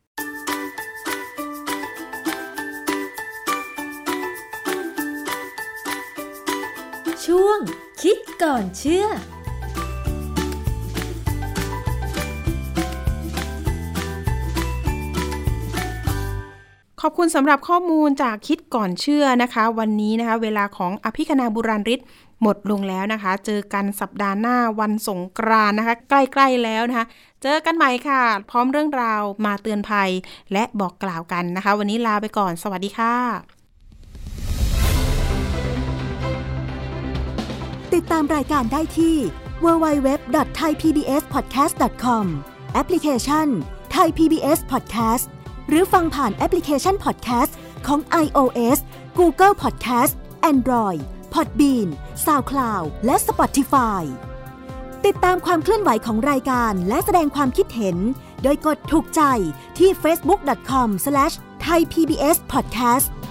ช่วงคิดก่อนเชื่อขอบคุณสำหรับข้อมูลจากคิดก่อนเชื่อนะคะวันนี้นะคะเวลาของอภิคณาบุราริศหมดลงแล้วนะคะเจอกันสัปดาห์หน้าวันสงกรานต์นะคะใกล้ๆแล้วนะคะเจอกันใหม่ค่ะพร้อมเรื่องราวมาเตือนภัยและบอกกล่าวกันนะคะวันนี้ลาไปก่อนสวัสดีค่ะติดตามรายการได้ที่ ดับเบิลยู ดับเบิลยู ดับเบิลยู ดอท ไทย พี บี เอส พอดแคสต์ ดอท คอม แอปพลิเคชัน Thai พี บี เอส Podcast หรือฟังผ่านแอปพลิเคชัน Podcast ของ iOS Google Podcast Android Podbean SoundCloud และ Spotify ติดตามความเคลื่อนไหวของรายการและแสดงความคิดเห็นโดยกดถูกใจที่ เฟซบุ๊ก ดอท คอม สแลช ไทย พี บี เอส พอดแคสต์